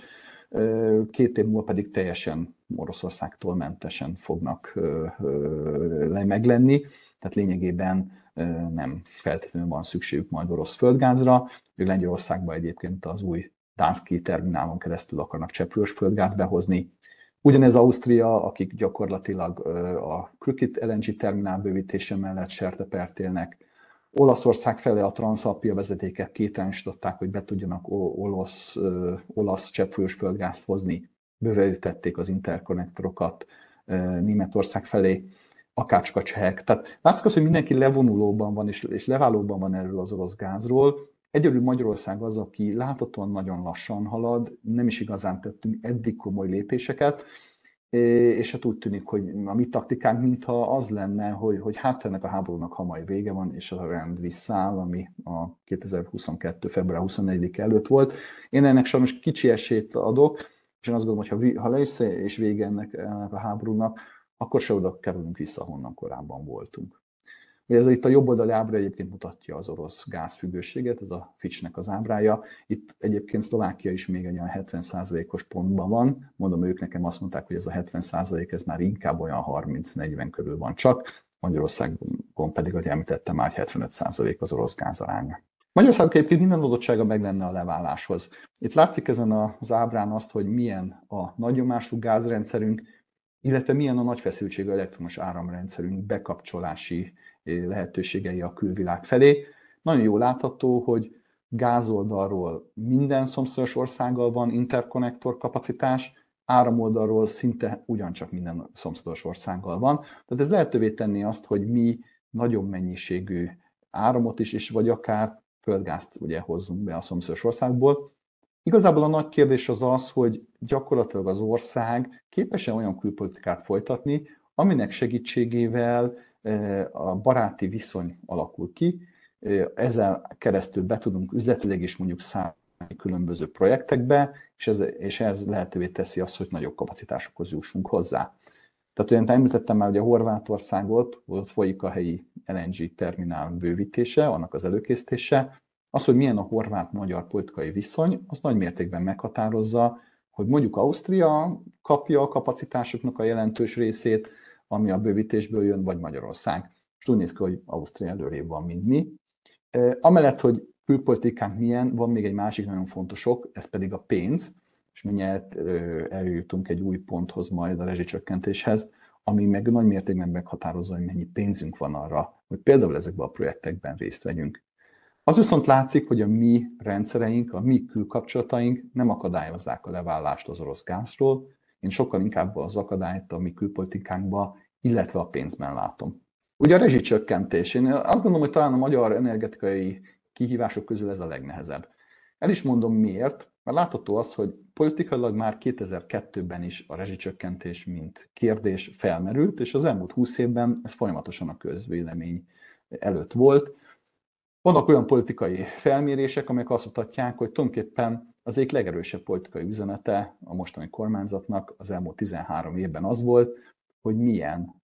B: két év múlva pedig teljesen Oroszországtól mentesen fognak meglenni. Tehát lényegében nem feltétlenül van szükségük majd orosz földgázra. Lengyelországban egyébként az új Danszki terminálon keresztül akarnak cseppfolyós földgázt behozni. Ugyanez Ausztria, akik gyakorlatilag a Krükit el en gé terminál bővítése mellett sertepert élnek. Olaszország felé a Transalpia vezetéket kételensították, hogy be tudjanak olasz, olasz cseppfolyós földgázt hozni. Bővítették az interkonnektorokat Németország felé, akárcsak a csehek. Tehát látszik az, hogy mindenki levonulóban van és, és leválóban van erről az orosz gázról. Egyedül Magyarország az, aki láthatóan nagyon lassan halad, nem is igazán tettünk eddig komoly lépéseket, és hát úgy tűnik, hogy a mi taktikánk mintha az lenne, hogy, hogy hát ennek a háborúnak hamar vége van, és a rend visszáll, ami a kétezer-huszonkettő. február huszonnegyedike előtt volt. Én ennek sajnos kicsi esélyt adok, és én azt gondolom, hogy ha, ha lesz és vége ennek, ennek a háborúnak, akkor se oda kerülünk vissza, honnan korábban voltunk. Ez itt a jobb oldali ábra egyébként mutatja az orosz gázfüggőséget, ez a Fitchnek az ábrája. Itt egyébként Szlovákia is még egy olyan hetven százalékos pontban van. Mondom, ők nekem azt mondták, hogy ez a hetven százalék, ez már inkább olyan harminc-negyven körül van csak. Magyarországon pedig, ahogy említettem, már hetvenöt százalék az orosz gázaránya. Magyarországon egyébként minden adottsága meg lenne a leváláshoz. Itt látszik ezen az ábrán azt, hogy milyen a nagynyomású gázrendszerünk, illetve milyen a nagy feszültségű elektromos áramrendszerünk bekapcsolási lehetőségei a külvilág felé. Nagyon jól látható, hogy gázoldalról minden szomszédos országgal van interkonnektor kapacitás, áramoldalról szinte ugyancsak minden szomszédos országgal van. Tehát ez lehetővé tenni azt, hogy mi nagyobb mennyiségű áramot is, és vagy akár földgázt ugye hozzunk be a szomszédos országból. Igazából a nagy kérdés az az, hogy gyakorlatilag az ország képes-e olyan külpolitikát folytatni, aminek segítségével a baráti viszony alakul ki, ezzel keresztül be tudunk üzletileg is mondjuk szállni különböző projektekbe, és ez, és ez lehetővé teszi azt, hogy nagyobb kapacitásokhoz jussunk hozzá. Tehát olyan említettem már, hogy a Horvátországot, ott folyik a helyi el en gé terminál bővítése, annak az előkészítése. Az, hogy milyen a horvát-magyar politikai viszony, az nagy mértékben meghatározza, hogy mondjuk Ausztria kapja a kapacitásoknak a jelentős részét, ami a bővítésből jön, vagy Magyarország. És úgy néz ki, hogy Ausztria előrébb van, mint mi. Amellett, hogy külpolitikánk milyen, van még egy másik nagyon fontos ok, ez pedig a pénz, és mindjárt eljutunk egy új ponthoz majd a rezsicsökkentéshez, ami meg nagy mértékben meghatározza, hogy mennyi pénzünk van arra, hogy például ezekben a projektekben részt vegyünk. Az viszont látszik, hogy a mi rendszereink, a mi külkapcsolataink nem akadályozzák a leválást az orosz gázról. Én sokkal inkább az akadályt a mi külpolitikánkban, illetve a pénzben látom. Ugye a rezsicsökkentés. Én azt gondolom, hogy talán a magyar energetikai kihívások közül ez a legnehezebb. El is mondom miért, mert látható az, hogy politikailag már kétezer-kettőben is a rezsicsökkentés mint kérdés felmerült, és az elmúlt húsz évben ez folyamatosan a közvélemény előtt volt. Vannak olyan politikai felmérések, amelyek azt mutatják, hogy tulajdonképpen az egyik legerősebb politikai üzenete a mostani kormányzatnak az elmúlt tizenhárom évben az volt, hogy milyen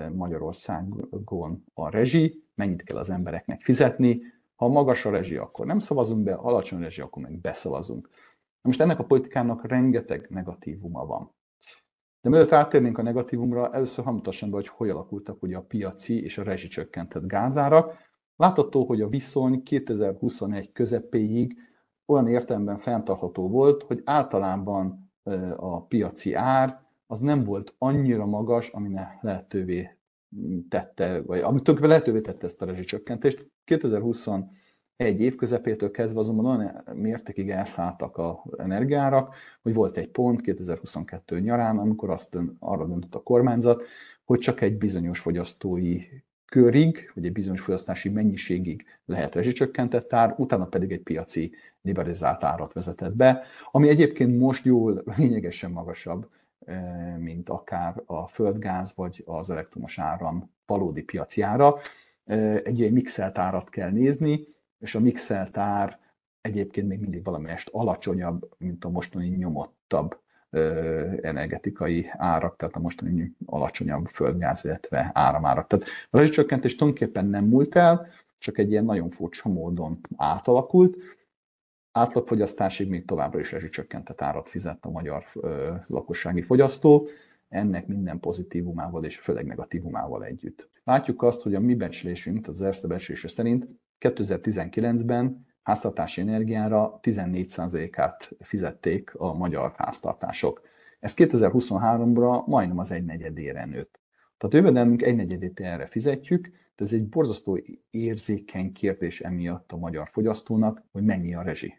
B: Magyarországon a rezsi, mennyit kell az embereknek fizetni. Ha magas a rezsi, akkor nem szavazunk be, alacsony rezsi, akkor meg beszavazunk. Most ennek a politikának rengeteg negatívuma van. De mielőtt átérnénk a negatívumra, először hadd mutassam be, hogy hogy alakultak ugye a piaci és a rezsicsökkentett gázárak. Látható, hogy a viszony kétezer-huszonegy közepéig olyan értelemben fenntartható volt, hogy általában a piaci ár az nem volt annyira magas, ami lehetővé tette, vagy ami tulajdonképpen lehetővé tette ezt a rezsicsökkentést. kétezer-huszonegy Egy év közepétől kezdve azonban olyan mértékig elszálltak az energiárak, hogy volt egy pont kétezer-huszonkettő nyarán, amikor azt dönt, arra döntött a kormányzat, hogy csak egy bizonyos fogyasztói körig, vagy egy bizonyos fogyasztási mennyiségig lehet rezsicsökkentett ár, utána pedig egy piaci liberalizált árat vezetett be, ami egyébként most jól lényegesen magasabb, mint akár a földgáz vagy az elektromos áram valódi piaci ára. Egy ilyen mixelt árat kell nézni, és a mixelt ár egyébként még mindig valamelyest alacsonyabb, mint a mostani nyomottabb energetikai árak, tehát a mostani alacsonyabb földgáz, illetve áramárak. Tehát a rezsicsökkentés tulajdonképpen nem múlt el, csak egy ilyen nagyon furcsa módon átalakult. Átlagfogyasztásig még továbbra is rezsicsökkentett árat fizet a magyar lakossági fogyasztó, ennek minden pozitívumával és főleg negatívumával együtt. Látjuk azt, hogy a mi becslésünk, az Erste becslése szerint kétezer-tizenkilencben háztartási energiára tizennégy százalékát fizették a magyar háztartások. Ez kétezer-huszonháromra majdnem az egynegyedére nőtt. Tehát a jövedelmünk egynegyedét erre fizetjük, de ez egy borzasztó érzékeny kérdés emiatt a magyar fogyasztónak, hogy mennyi a rezsi.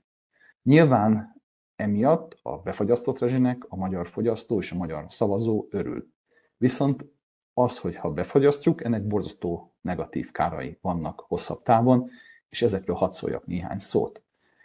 B: Nyilván emiatt a befagyasztott rezsinek a magyar fogyasztó és a magyar szavazó örül. Viszont az, hogy ha befagyasztjuk, ennek borzasztó negatív kárai vannak hosszabb távon, és ezekről hadd szóljak néhány szót.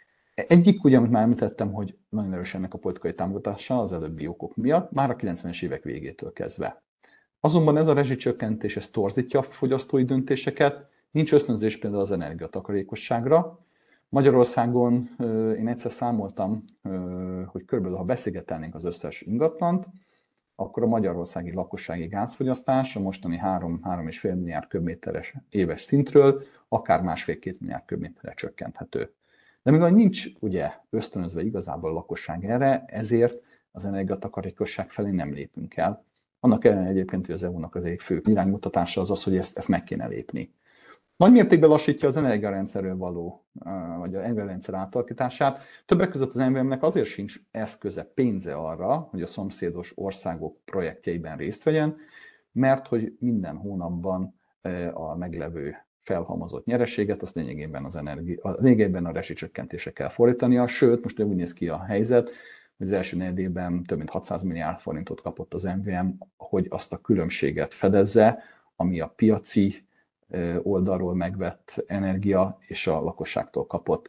B: Egyik, ugye, amit már említettem, hogy nagyon erős ennek a politikai támogatása az előbbi okok miatt, már a kilencvenes évek végétől kezdve. Azonban ez a rezsicsökkentés, ez torzítja a fogyasztói döntéseket, nincs ösztönzés például az energiatakarékosságra. Magyarországon én egyszer számoltam, hogy körülbelül ha beszigetelnénk az összes ingatlant, akkor a magyarországi lakossági gázfogyasztás a mostani három-három egész öt milliárd köbméteres éves szintről akár másfél-két milliárd köbméterre csökkenthető. De mivel nincs ugye ösztönözve igazából a lakosság erre, ezért az energiatakarékosság felé nem lépünk el. Annak ellenére egyébként, hogy az é u-nak az egyik fő iránymutatása az az, hogy ezt, ezt meg kéne lépni. Nagy mértékben lassítja az energiarendszerről való, vagy az energiarendszer átalakítását. Többek között az em vé em-nek azért sincs eszköze, pénze arra, hogy a szomszédos országok projektjeiben részt vegyen, mert hogy minden hónapban a meglevő felhalmozott nyereséget, azt lényegében, az energi, a, lényegében a rezsicsökkentése kell fordítania, sőt, most úgy néz ki a helyzet, hogy az első negyedében több mint hatszáz milliárd forintot kapott az em vé em, hogy azt a különbséget fedezze, ami a piaci oldalról megvett energia és a lakosságtól kapott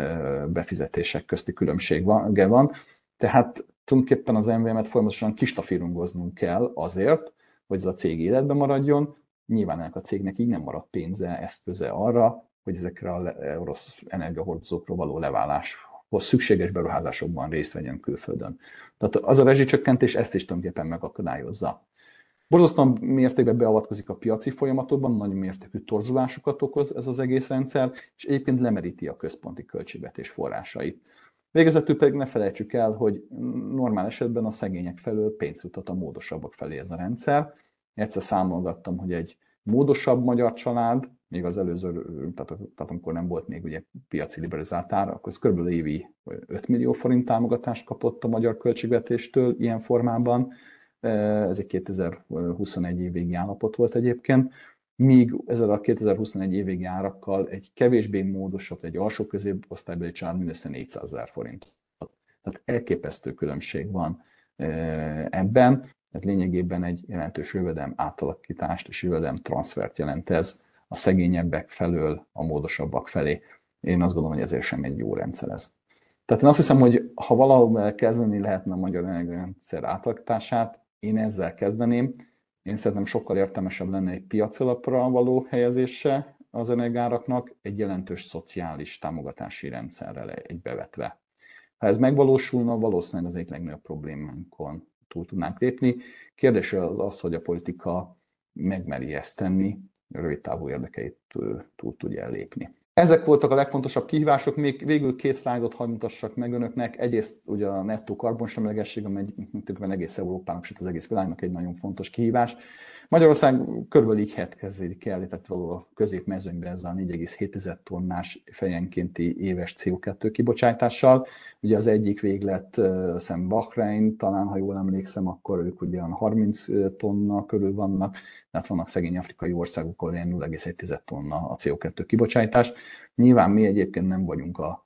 B: befizetések közti különbsége van. Tehát tulajdonképpen az em vé em-et folyamatosan kistafírongoznunk kell azért, hogy ez a cég életben maradjon. Nyilván ennek a cégnek így nem maradt pénze, eszköze arra, hogy ezekre a orosz energiahordozókról való leváláshoz szükséges beruházásokban részt vegyen külföldön. Tehát az a rezsicsökkentés ezt is tulajdonképpen megakadályozza. Borzasztóan mértékben beavatkozik a piaci folyamatokban, nagy mértékű torzulásokat okoz ez az egész rendszer, és egyébként lemeríti a központi költségvetés forrásait. Végezetül pedig ne felejtsük el, hogy normál esetben a szegények felől pénzt jutott a módosabbak felé ez a rendszer. Egyszer számolgattam, hogy egy módosabb magyar család, még az előző, tehát, tehát amikor nem volt még ugye piaci liberalizált ára, akkor ez kb. Évi öt millió forint támogatást kapott a magyar költségvetéstől ilyen formában. Ez egy kétezer-huszonegy év végi állapot volt egyébként, míg ezzel a kétezer-huszonegy év végi árakkal egy kevésbé módosabb, egy alsó középosztálybeli család mindössze négyszázezer forint. Tehát elképesztő különbség van ebben, tehát lényegében egy jelentős jövedelem átalakítást és jövedelem transfert jelent ez a szegényebbek felől a módosabbak felé. Én azt gondolom, hogy ezért sem egy jó rendszer ez. Tehát én azt hiszem, hogy ha valahol kezdeni lehetne a magyar energiarendszer átalakítását, én ezzel kezdeném. Én szerintem sokkal értelmesebb lenne egy piaci alapra való helyezése az energiáraknak, egy jelentős szociális támogatási rendszerrel egybevetve. Ha ez megvalósulna, valószínűleg az egyik legnagyobb problémánkon túl tudnánk lépni. Kérdés az az, hogy a politika megmeri ezt tenni, rövid távú érdekeit túl, túl tudja lépni. Ezek voltak a legfontosabb kihívások, még végül két szlájdot hadd mutassak meg önöknek. Egyrészt ugye a nettó karbonsemlegesség, amely tulajdonképpen egész Európának, sőt az egész világnak egy nagyon fontos kihívás. Magyarország körülbelül így kezdődik el, tehát valahol középmezőnyben ezzel a négy egész hét tonnás fejenkénti éves cé o kettő kibocsátással. Ugye az egyik véglet szem Bahrein, talán ha jól emlékszem, akkor ők ugye olyan harminc tonna körül vannak, tehát vannak szegény afrikai országok, ahol ilyen nulla egész egy tonna a cé o kettő kibocsátás. Nyilván mi egyébként nem vagyunk a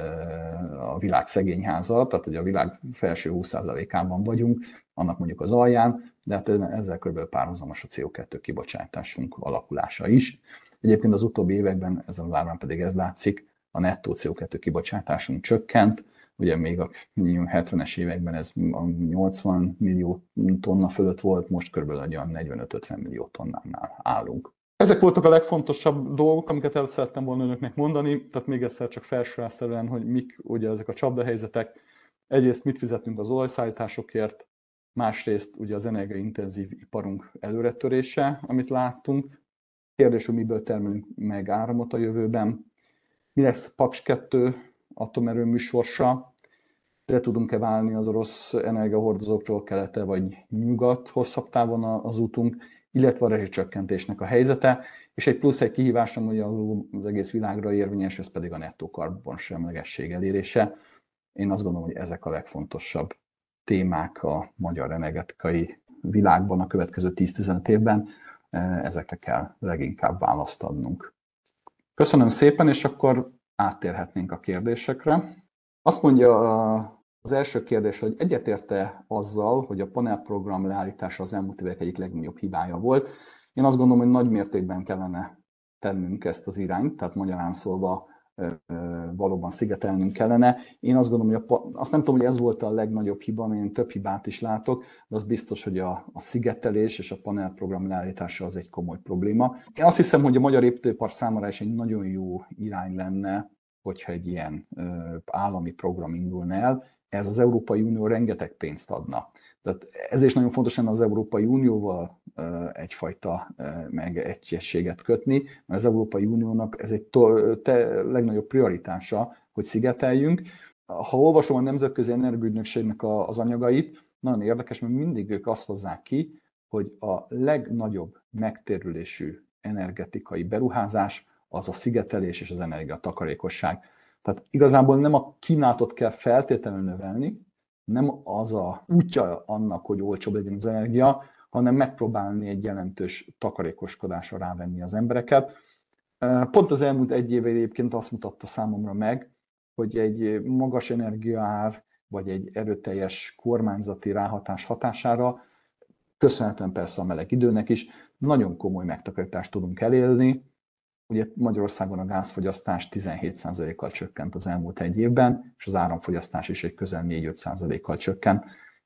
B: a világ szegényháza, tehát hogy a világ felső húsz százalékában vagyunk, annak mondjuk az alján, de hát ezzel kb. Párhuzamos a cé o kettő kibocsátásunk alakulása is. Egyébként az utóbbi években ezen az ábrán pedig ez látszik, a nettó cé o kettő kibocsátásunk csökkent, ugye még a hetvenes években ez nyolcvan millió tonna fölött volt, most kb. Olyan negyvenöt-ötven millió tonnánál állunk. Ezek voltak a legfontosabb dolgok, amiket el szerettem volna önöknek mondani, tehát még egyszer csak felsorolásszerűen, hogy mik ugye ezek a csapdahelyzetek. Egyrészt mit fizetünk az olajszállításokért, másrészt ugye az energiaintenzív iparunk előretörése, amit láttunk. Kérdés, hogy miből termelünk meg áramot a jövőben. Mi lesz Paks kettő atomerőmű sorsa? Le tudunk-e válni az orosz energiahordozókról, kelete vagy nyugat hosszabb távon az útunk, illetve a rezsicsökkentésnek a helyzete, és egy plusz egy kihívás, ami az egész világra érvényes, ez pedig a nettó karbonsemlegesség elérése. Én azt gondolom, hogy ezek a legfontosabb témák a magyar energetikai világban a következő tíz-tizenöt évben, ezekre kell leginkább választ adnunk. Köszönöm szépen, és akkor áttérhetnénk a kérdésekre. Azt mondja az első kérdés, hogy egyetérte azzal, hogy a panelprogram leállítása az elmúlt évek egyik legnagyobb hibája volt. Én azt gondolom, hogy nagy mértékben kellene tennünk ezt az irányt, tehát magyarán szólva valóban szigetelnünk kellene. Én azt gondolom, hogy a, azt nem tudom, hogy ez volt a legnagyobb hiba, én több hibát is látok, de az biztos, hogy a, a szigetelés és a panelprogram leállítása az egy komoly probléma. Én azt hiszem, hogy a magyar építőipar számára is egy nagyon jó irány lenne, hogyha egy ilyen állami program indulna el. Ez az Európai Unió rengeteg pénzt adna. Tehát ez is nagyon fontos lenne az Európai Unióval egyfajta meg egyességet kötni, mert az Európai Uniónak ez egy to- te- legnagyobb prioritása, hogy szigeteljünk. Ha olvasom a Nemzetközi Energiaügynökségnek az anyagait, nagyon érdekes, mert mindig ők azt hozzák ki, hogy a legnagyobb megtérülésű energetikai beruházás az a szigetelés és az energiatakarékosság. Tehát igazából nem a kínálatot kell feltétlenül növelni, nem az a útja annak, hogy olcsóbb legyen az energia, hanem megpróbálni egy jelentős takarékoskodásra rávenni az embereket. Pont az elmúlt egy év egyébként azt mutatta számomra meg, hogy egy magas energiaár, vagy egy erőteljes kormányzati ráhatás hatására, köszönhetően persze a meleg időnek is, nagyon komoly megtakarítást tudunk elérni. Ugye Magyarországon a gázfogyasztás tizenhét százalékkal csökkent az elmúlt egy évben, és az áramfogyasztás is egy közel négy-öt százalékkal csökkent.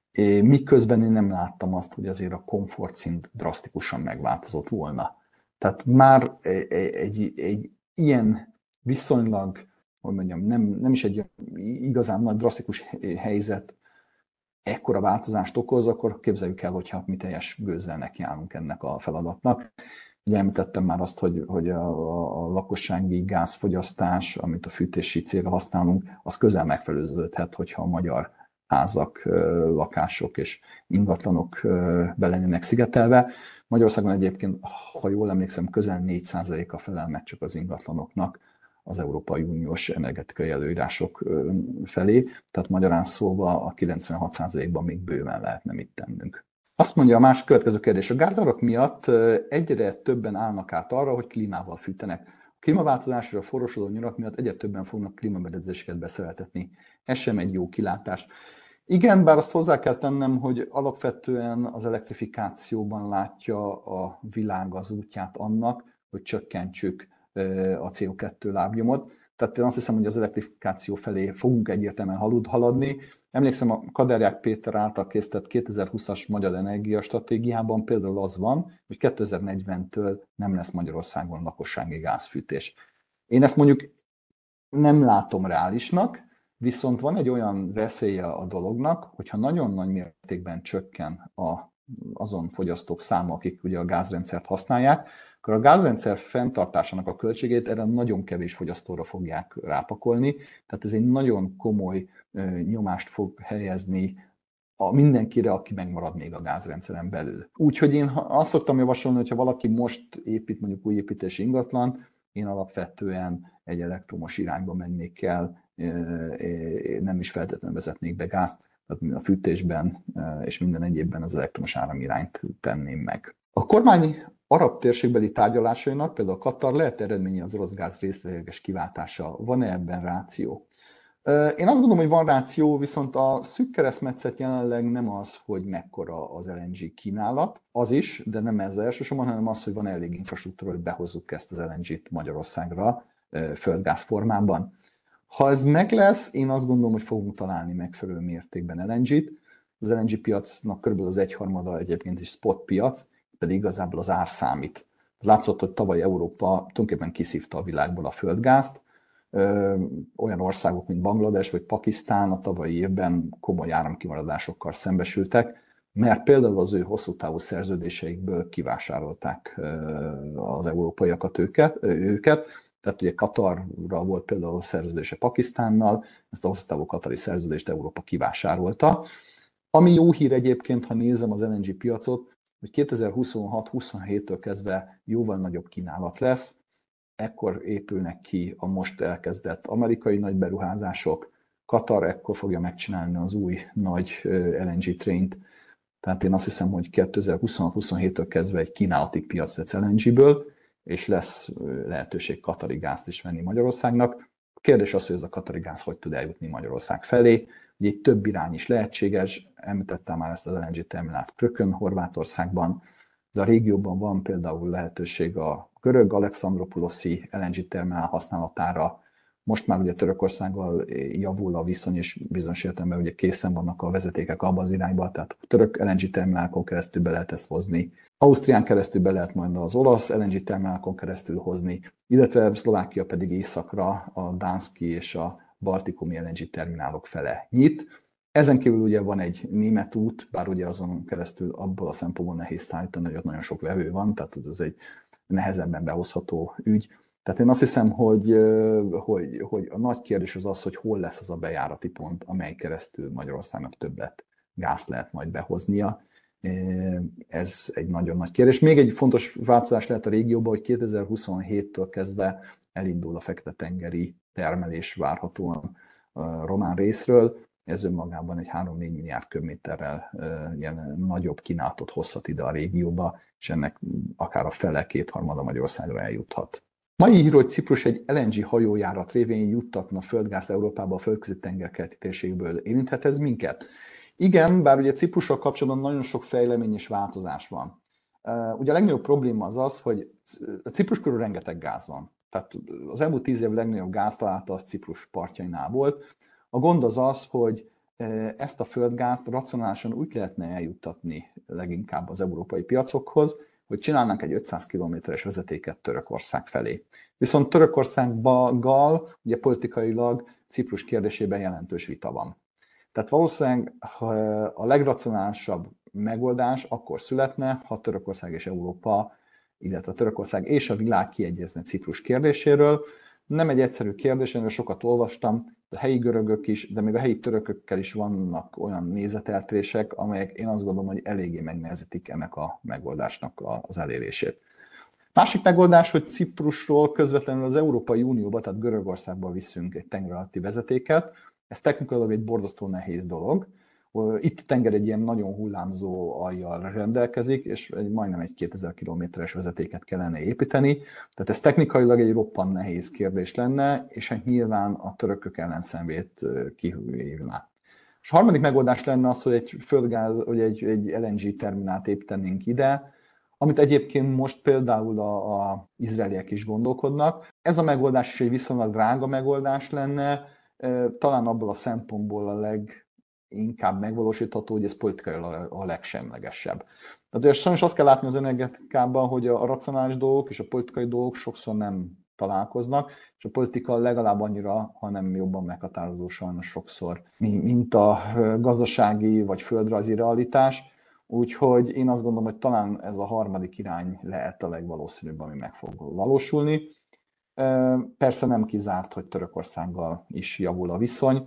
B: Miközben én nem láttam azt, hogy azért a komfortszint drasztikusan megváltozott volna. Tehát már egy, egy, egy ilyen viszonylag, hogy mondjam, nem, nem is egy igazán nagy drasztikus helyzet ekkora változást okoz, akkor képzeljük el, hogyha mi teljes gőzzel nekiállunk ennek a feladatnak. Ugye említettem már azt, hogy, hogy a, a lakossági gázfogyasztás, amit a fűtési célra használunk, az közel megfeleződhet, hogyha a magyar házak, lakások és ingatlanok be lennének szigetelve. Magyarországon egyébként, ha jól emlékszem, közel négy százaléka felel meg csak az ingatlanoknak az Európai Uniós energetikai előírások felé, tehát magyarán szólva a kilencvenhat százalékban még bőven lehetne mit tennünk. Azt mondja a más következő kérdés. A gázárak miatt egyre többen állnak át arra, hogy klímával fűtenek. A klímaváltozás és a forrósodó nyarak miatt egyre többen fognak klímaberendezéseket beszereltetni. Ez sem egy jó kilátás. Igen, bár azt hozzá kell tennem, hogy alapvetően az elektrifikációban látja a világ az útját annak, hogy csökkentsük a cé o kettő lábnyomot. Tehát én azt hiszem, hogy az elektrifikáció felé fogunk egyértelműen haladni. Emlékszem, a Kaderják Péter által készített kétezer-húszas Magyar Energiastratégiában például az van, hogy kétezer-negyventől nem lesz Magyarországon lakossági gázfűtés. Én ezt mondjuk nem látom reálisnak, viszont van egy olyan veszélye a dolognak, hogyha nagyon nagy mértékben csökken a, azon fogyasztók száma, akik ugye a gázrendszert használják, akkor a gázrendszer fenntartásának a költségét erre nagyon kevés fogyasztóra fogják rápakolni, tehát ez egy nagyon komoly nyomást fog helyezni a mindenkire, aki megmarad még a gázrendszeren belül. Úgyhogy én azt szoktam javasolni, hogyha valaki most épít mondjuk új építési ingatlan, én alapvetően egy elektromos irányba mennék el, nem is feltétlenül vezetnék be gázt, tehát a fűtésben és minden egyébben az elektromos áramirányt tenném meg. A kormány arab térségbeli tárgyalásainak, például Katar lehet eredménye az orosz gáz részleges kiváltása. Van-e ebben ráció? Én azt gondolom, hogy van ráció, viszont a szűk keresztmetszet jelenleg nem az, hogy mekkora az el en gé kínálat, az is, de nem ez elsősorban, hanem az, hogy van elég infrastruktúra, hogy behozzuk ezt az el en gét Magyarországra földgáz formában. Ha ez meg lesz, én azt gondolom, hogy fogunk találni megfelelő mértékben el en gét. Az el en gé piacnak körülbelül az egyharmada egyébként is spot piac, pedig igazából az ár számít. Látszott, hogy tavaly Európa tulajdonképpen kiszívta a világból a földgázt. Olyan országok, mint Banglades vagy Pakisztán a tavalyi évben komoly áramkimaradásokkal szembesültek, mert például az ő hosszú távú szerződéseikből kivásárolták az európaiakat őket, őket. Tehát ugye Katarra volt például szerződése Pakisztánnal, ezt a hosszú távú katari szerződést Európa kivásárolta. Ami jó hír egyébként, ha nézem az el en gé piacot, hogy kétezer-huszonhat-huszonhéttől kezdve jóval nagyobb kínálat lesz, ekkor épülnek ki a most elkezdett amerikai nagy beruházások, Katar ekkor fogja megcsinálni az új nagy el en gé traint, tehát én azt hiszem, hogy kétezer-huszonhat-huszonhéttől kezdve egy kínálati piac lesz el en géből, és lesz lehetőség katari gázt is venni Magyarországnak. A kérdés az, hogy ez a katari gáz hogy tud eljutni Magyarország felé. Ugye egy több irány is lehetséges, említettem már ezt az el en gé terminált Krökön, Horvátországban, de a régióban van például lehetőség a görög Alexandropouloszi el en gé terminál használatára. Most már ugye Törökországgal javul a viszony, és bizonyos értelemben ugye készen vannak a vezetékek abban az irányba, tehát a török el en gé terminákon keresztül be lehet ezt hozni. Ausztrián keresztül be lehet majd az olasz el en gé terminákon keresztül hozni, illetve Szlovákia pedig északra a Dánszki és a baltikumi el en gé terminálok fele nyit. Ezen kívül ugye van egy német út, bár ugye azon keresztül abból a szempontból nehéz szállítani, hogy ott nagyon sok vevő van, tehát ez egy nehezebben behozható ügy. Tehát én azt hiszem, hogy, hogy, hogy a nagy kérdés az az, hogy hol lesz az a bejárati pont, amely keresztül Magyarországnak többet gázt lehet majd behoznia. Ez egy nagyon nagy kérdés. Még egy fontos változás lehet a régióban, hogy kétezer-huszonhéttől kezdve elindul a Fekete-tengeri termelés várhatóan a román részről. Ez önmagában egy három-négy milliárd köbméterrel ilyen nagyobb kínálatot hozhat ide a régióba, és ennek akár a fele, kétharmada Magyarországra eljuthat. Mai hír, hogy Ciprus egy el en gé hajójárat révén juttatna földgázt Európába a földközi tenger keleti térségből. Érinthet ez minket? Igen, bár ugye Ciprussal kapcsolatban nagyon sok fejlemény és változás van. Ugye a legnagyobb probléma az az, hogy a Ciprus körül rengeteg gáz van. Tehát az elmúlt tíz év legnagyobb gáztalálata az Ciprus partjainál volt. A gond az az, hogy ezt a földgázt racionálisan úgy lehetne eljuttatni leginkább az európai piacokhoz, hogy csinálnánk egy ötszáz kilométeres vezetéket Törökország felé. Viszont Törökországgal ugye politikailag Ciprus kérdésében jelentős vita van. Tehát valószínűleg a legracionálisabb megoldás akkor születne, ha Törökország és Európa, illetve Törökország és a világ kiegyezne Ciprus kérdéséről. Nem egy egyszerű kérdés, erről sokat olvastam, a helyi görögök is, de még a helyi törökökkel is vannak olyan nézeteltérések, amelyek én azt gondolom, hogy eléggé megnehezítik ennek a megoldásnak az elérését. Másik megoldás, hogy Ciprusról közvetlenül az Európai Unióba, tehát Görögországba viszünk egy tenger alatti vezetéket. Ez technikailag egy borzasztó nehéz dolog. Itt a tenger egy ilyen nagyon hullámzó aljjal rendelkezik, és egy, majdnem egy kétezer kilométeres vezetéket kellene építeni. Tehát ez technikailag egy roppant nehéz kérdés lenne, és hát nyilván a törökök ellenszenvét kihívná. És a harmadik megoldás lenne az, hogy egy földgáz, vagy egy, egy el en gé terminált építenénk ide, amit egyébként most például a, a izraeliek is gondolkodnak. Ez a megoldás is egy viszonylag drága megoldás lenne, talán abból a szempontból a leginkább megvalósítható, hogy ez politikailag a legsemlegesebb. Tehát sajnos azt kell látni az energetikában, hogy a racionális dolgok és a politikai dolgok sokszor nem találkoznak, és a politika legalább annyira, hanem jobban meghatározó sajnos sokszor, mint a gazdasági vagy földrajzi realitás. Úgyhogy én azt gondolom, hogy talán ez a harmadik irány lehet a legvalószínűbb, ami meg fog valósulni. Persze nem kizárt, hogy Törökországgal is javul a viszony,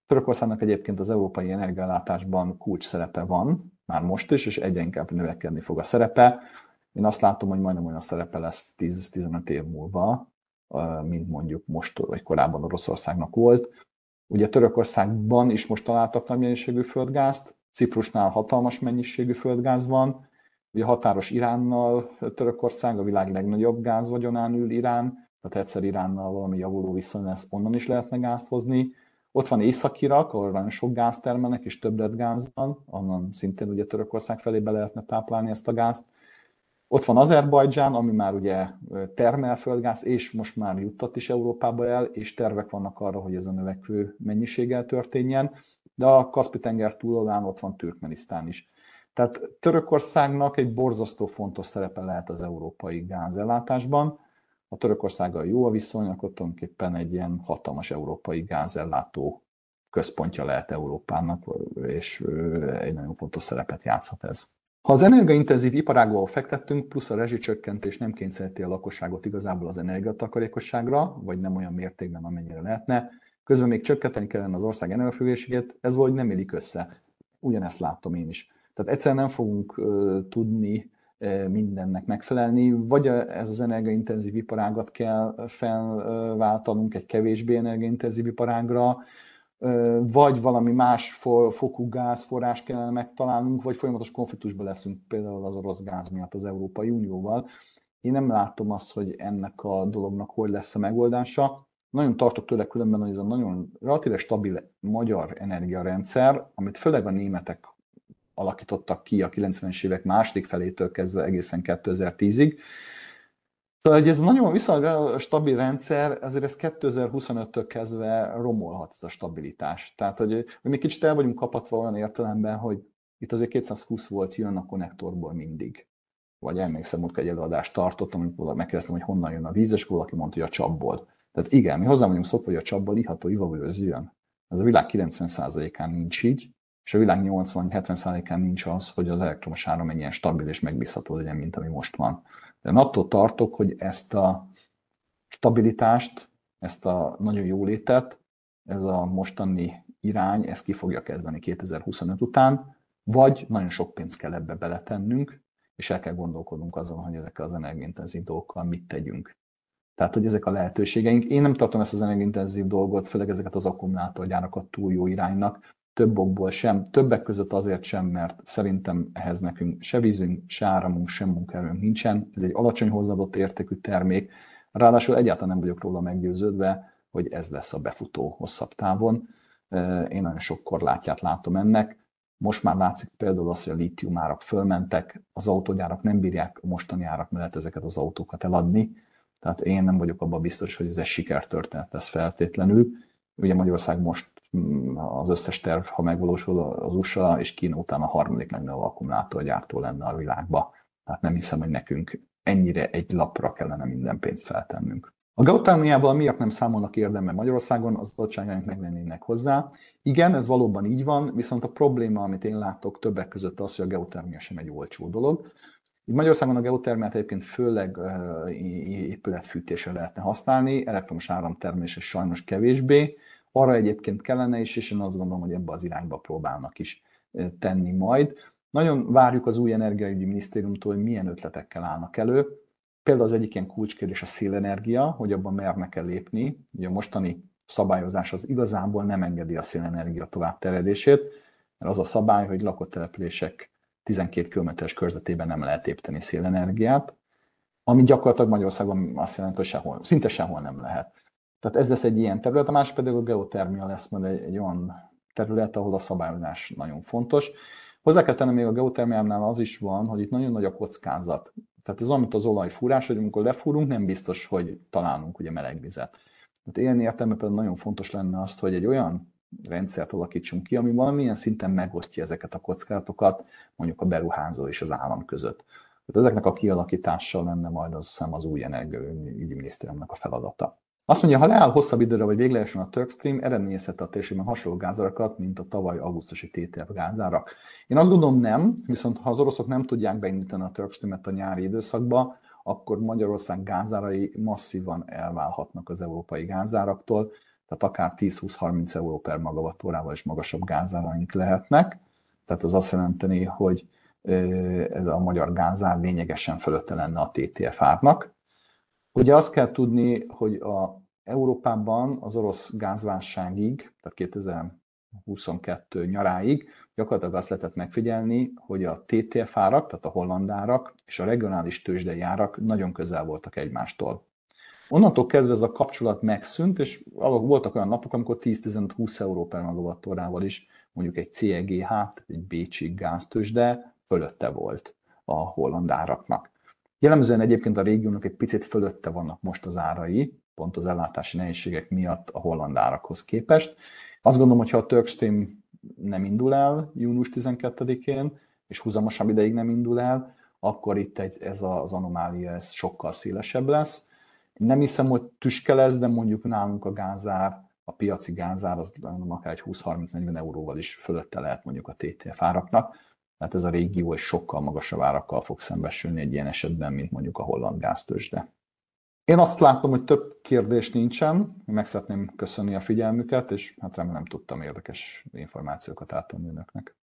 B: Törökországnak egyébként az európai energiaellátásban kulcs szerepe van, már most is, és egyre inkább növekedni fog a szerepe. Én azt látom, hogy majdnem olyan szerepe lesz tíz-tizenöt év múlva, mint mondjuk most, vagy korábban Oroszországnak volt. Ugye Törökországban is most találtak nagy mennyiségű földgázt, Ciprusnál hatalmas mennyiségű földgáz van, ugye határos Iránnal Törökország, a világ legnagyobb gázvagyonán ül Irán, tehát egyszer Iránnal valami javuló viszony lesz, onnan is lehetne gázt hozni. Ott van Észak-Irak, ahol nagyon sok gáz termelnek, és többletgáz van, onnan szintén ugye Törökország felé be lehetne táplálni ezt a gázt. Ott van Azerbajdzsán, ami már ugye termel földgáz, és most már juttat is Európába el, és tervek vannak arra, hogy ez a növekvő mennyiséggel történjen, de a Kaszpi-tenger túloldalán ott van Türkmenisztán is. Tehát Törökországnak egy borzasztó fontos szerepe lehet az európai gázellátásban. Ha Törökországgal jó a viszony, akkor tulajdonképpen egy ilyen hatalmas európai gázellátó központja lehet Európának, és egy nagyon fontos szerepet játszhat ez. Ha az energiaintenzív iparágba fektettünk, plusz a rezsicsökkentés nem kényszeríti a lakosságot igazából az energiatakarékosságra, vagy nem olyan mértékben, amennyire lehetne, közben még csökkenteni kellene az ország energiafüggőségét, ez valahogy nem illik össze. Ugyanezt látom én is. Tehát egyszerűen nem fogunk uh, tudni uh, mindennek megfelelni, vagy ez az energiaintenzív iparágat kell felváltanunk egy kevésbé energiaintenzív iparágra, vagy valami más fokú gázforrás kellene megtalálnunk, vagy folyamatos konfliktusban leszünk például az orosz gáz miatt az Európai Unióval. Én nem látom azt, hogy ennek a dolognak hogy lesz a megoldása. Nagyon tartok tőle különben, hogy ez a nagyon relatíve stabil magyar energiarendszer, amit főleg a németek alakítottak ki a kilencvenes évek második felétől kezdve egészen kétezer-tízig. Szóval, hogy ez nagyon viszonylag stabil rendszer, ezért ez kétezer-huszonöttől kezdve romolhat ez a stabilitás. Tehát, hogy, hogy mi kicsit el vagyunk kapatva olyan értelemben, hogy itt azért kétszázhúsz volt jön a konnektorból mindig. Vagy emlékszem, hogy egy előadást tartottam, amikor megkérdeztem, hogy honnan jön a víz, és valaki mondta, hogy a csapból. Tehát igen, mi hozzá vagyunk szokva, hogy a csapból iható ivavőz jön. Ez a világ kilencven százalékán nincs így, és a világ nyolcvan-hetven százalékán nincs az, hogy az elektromos áram ennyien stabil és megbízható legyen, mint ami most van. De attól tartok, hogy ezt a stabilitást, ezt a nagyon jólétet, ez a mostani irány, ez ki fogja kezdeni kétezer-huszonöt után, vagy nagyon sok pénzt kell ebbe beletennünk, és el kell gondolkodnunk azon, hogy ezekkel az energiaintenzív dolgokkal mit tegyünk. Tehát, hogy ezek a lehetőségeink. Én nem tartom ezt az energiaintenzív dolgot, főleg ezeket az akkumulátorgyárakat túl jó iránynak, több okból sem, többek között azért sem, mert szerintem ehhez nekünk se vízünk, se áramunk, sem munkaerőnk nincsen. Ez egy alacsony hozzáadott értékű termék. Ráadásul egyáltalán nem vagyok róla meggyőződve, hogy ez lesz a befutó hosszabb távon. Én nagyon sok korlátját látom ennek. Most már látszik például az, hogy a lítium árak fölmentek, az autógyárak nem bírják a mostani árak mellett ezeket az autókat eladni. Tehát én nem vagyok abban biztos, hogy ez egy sikertörténet lesz feltétlenül. Ugye Magyarország most az összes terv, ha megvalósul, az u es á és Kína után a harmadik legnagyobb akkumulátorgyártó lenne a világba. Tehát nem hiszem, hogy nekünk ennyire egy lapra kellene minden pénzt feltennünk. A geotermiával miatt nem számolnak érdemben Magyarországon, az adottságaink meg lennének hozzá. Igen, ez valóban így van, viszont a probléma, amit én látok többek között az, hogy a geotermia sem egy olcsó dolog. Itt Magyarországon a geotermiát egyébként főleg épületfűtésre lehetne használni, elektromos áramtermelésre sajnos kevésbé. Arra egyébként kellene is, és én azt gondolom, hogy ebbe az irányba próbálnak is tenni majd. Nagyon várjuk az új energiaügyi minisztériumtól, hogy milyen ötletekkel állnak elő. Például az egyik ilyen kulcskérdés a szélenergia, hogy abban mernek-e lépni. Ugye a mostani szabályozás az igazából nem engedi a szélenergia továbbterjedését, mert az a szabály, hogy lakott települések tizenkét kilométeres körzetében nem lehet építeni szélenergiát, ami gyakorlatilag Magyarországon azt jelenti, hogy sehol, szinte sehol nem lehet. Tehát ez lesz egy ilyen terület, a másik pedig a geotermia lesz majd egy, egy olyan terület, ahol a szabályozás nagyon fontos. Hozzá kell tennem még a geotermiánál az is van, hogy itt nagyon nagy a kockázat. Tehát ez olyan, mint az olajfúrás, hogy amikor lefúrunk, nem biztos, hogy találunk ugye meleg vizet. Tehát ilyen értelemben például nagyon fontos lenne azt, hogy egy olyan rendszert alakítsunk ki, ami valamilyen szinten megosztja ezeket a kockázatokat, mondjuk a beruházó és az állam között. Tehát ezeknek a kialakítással lenne majd azt hiszem az új energiaügyi minisztériumnak a feladata. Azt mondja, ha leáll hosszabb időre, vagy véglegesen a Turkstream, eredményezhette a térségben hasonló gázárakat, mint a tavaly augusztusi té té ef gázárak. Én azt gondolom nem, viszont ha az oroszok nem tudják beindítani a Turkstreamet a nyári időszakba, akkor Magyarország gázárai masszívan elválhatnak az európai gázáraktól. tehát akár tíz-húsz-harminc euró per megawattórával is magasabb gázáraink lehetnek. Tehát az azt jelenteni, hogy ez a magyar gázár lényegesen fölötte lenne a té té ef árnak. Ugye azt kell tudni, hogy a Európában az orosz gázválságig, tehát kétezer-huszonkettő nyaráig gyakorlatilag azt lehetett megfigyelni, hogy a té té ef árak, tehát a holland árak és a regionális tőzsdei árak nagyon közel voltak egymástól. Onnantól kezdve ez a kapcsolat megszűnt, és voltak olyan napok, amikor tíz-tizenöt-húsz euró per megawattórával is mondjuk egy cé e gé há, egy bécsi gáztőzsde fölötte volt a holland áraknak. Jellemzően egyébként a régiónak egy picit fölötte vannak most az árai, pont az ellátási nehézségek miatt a holland árakhoz képest. Azt gondolom, hogy ha a Turkstream nem indul el június tizenkettedikén, és húzamosabb ideig nem indul el, akkor itt egy, ez az anomália ez sokkal szélesebb lesz. Nem hiszem, hogy tüske lesz, de mondjuk nálunk a gázár, a piaci gázár, az akár egy húsz-harminc-negyven euróval is fölötte lehet mondjuk a té té ef áraknak. Tehát ez a régió is sokkal magasabb árakkal fog szembesülni egy ilyen esetben, mint mondjuk a holland gáztőzsde. Én azt látom, hogy több kérdés nincsen. Meg szeretném köszönni a figyelmüket, és hát remélem tudtam érdekes információkat átadni önöknek.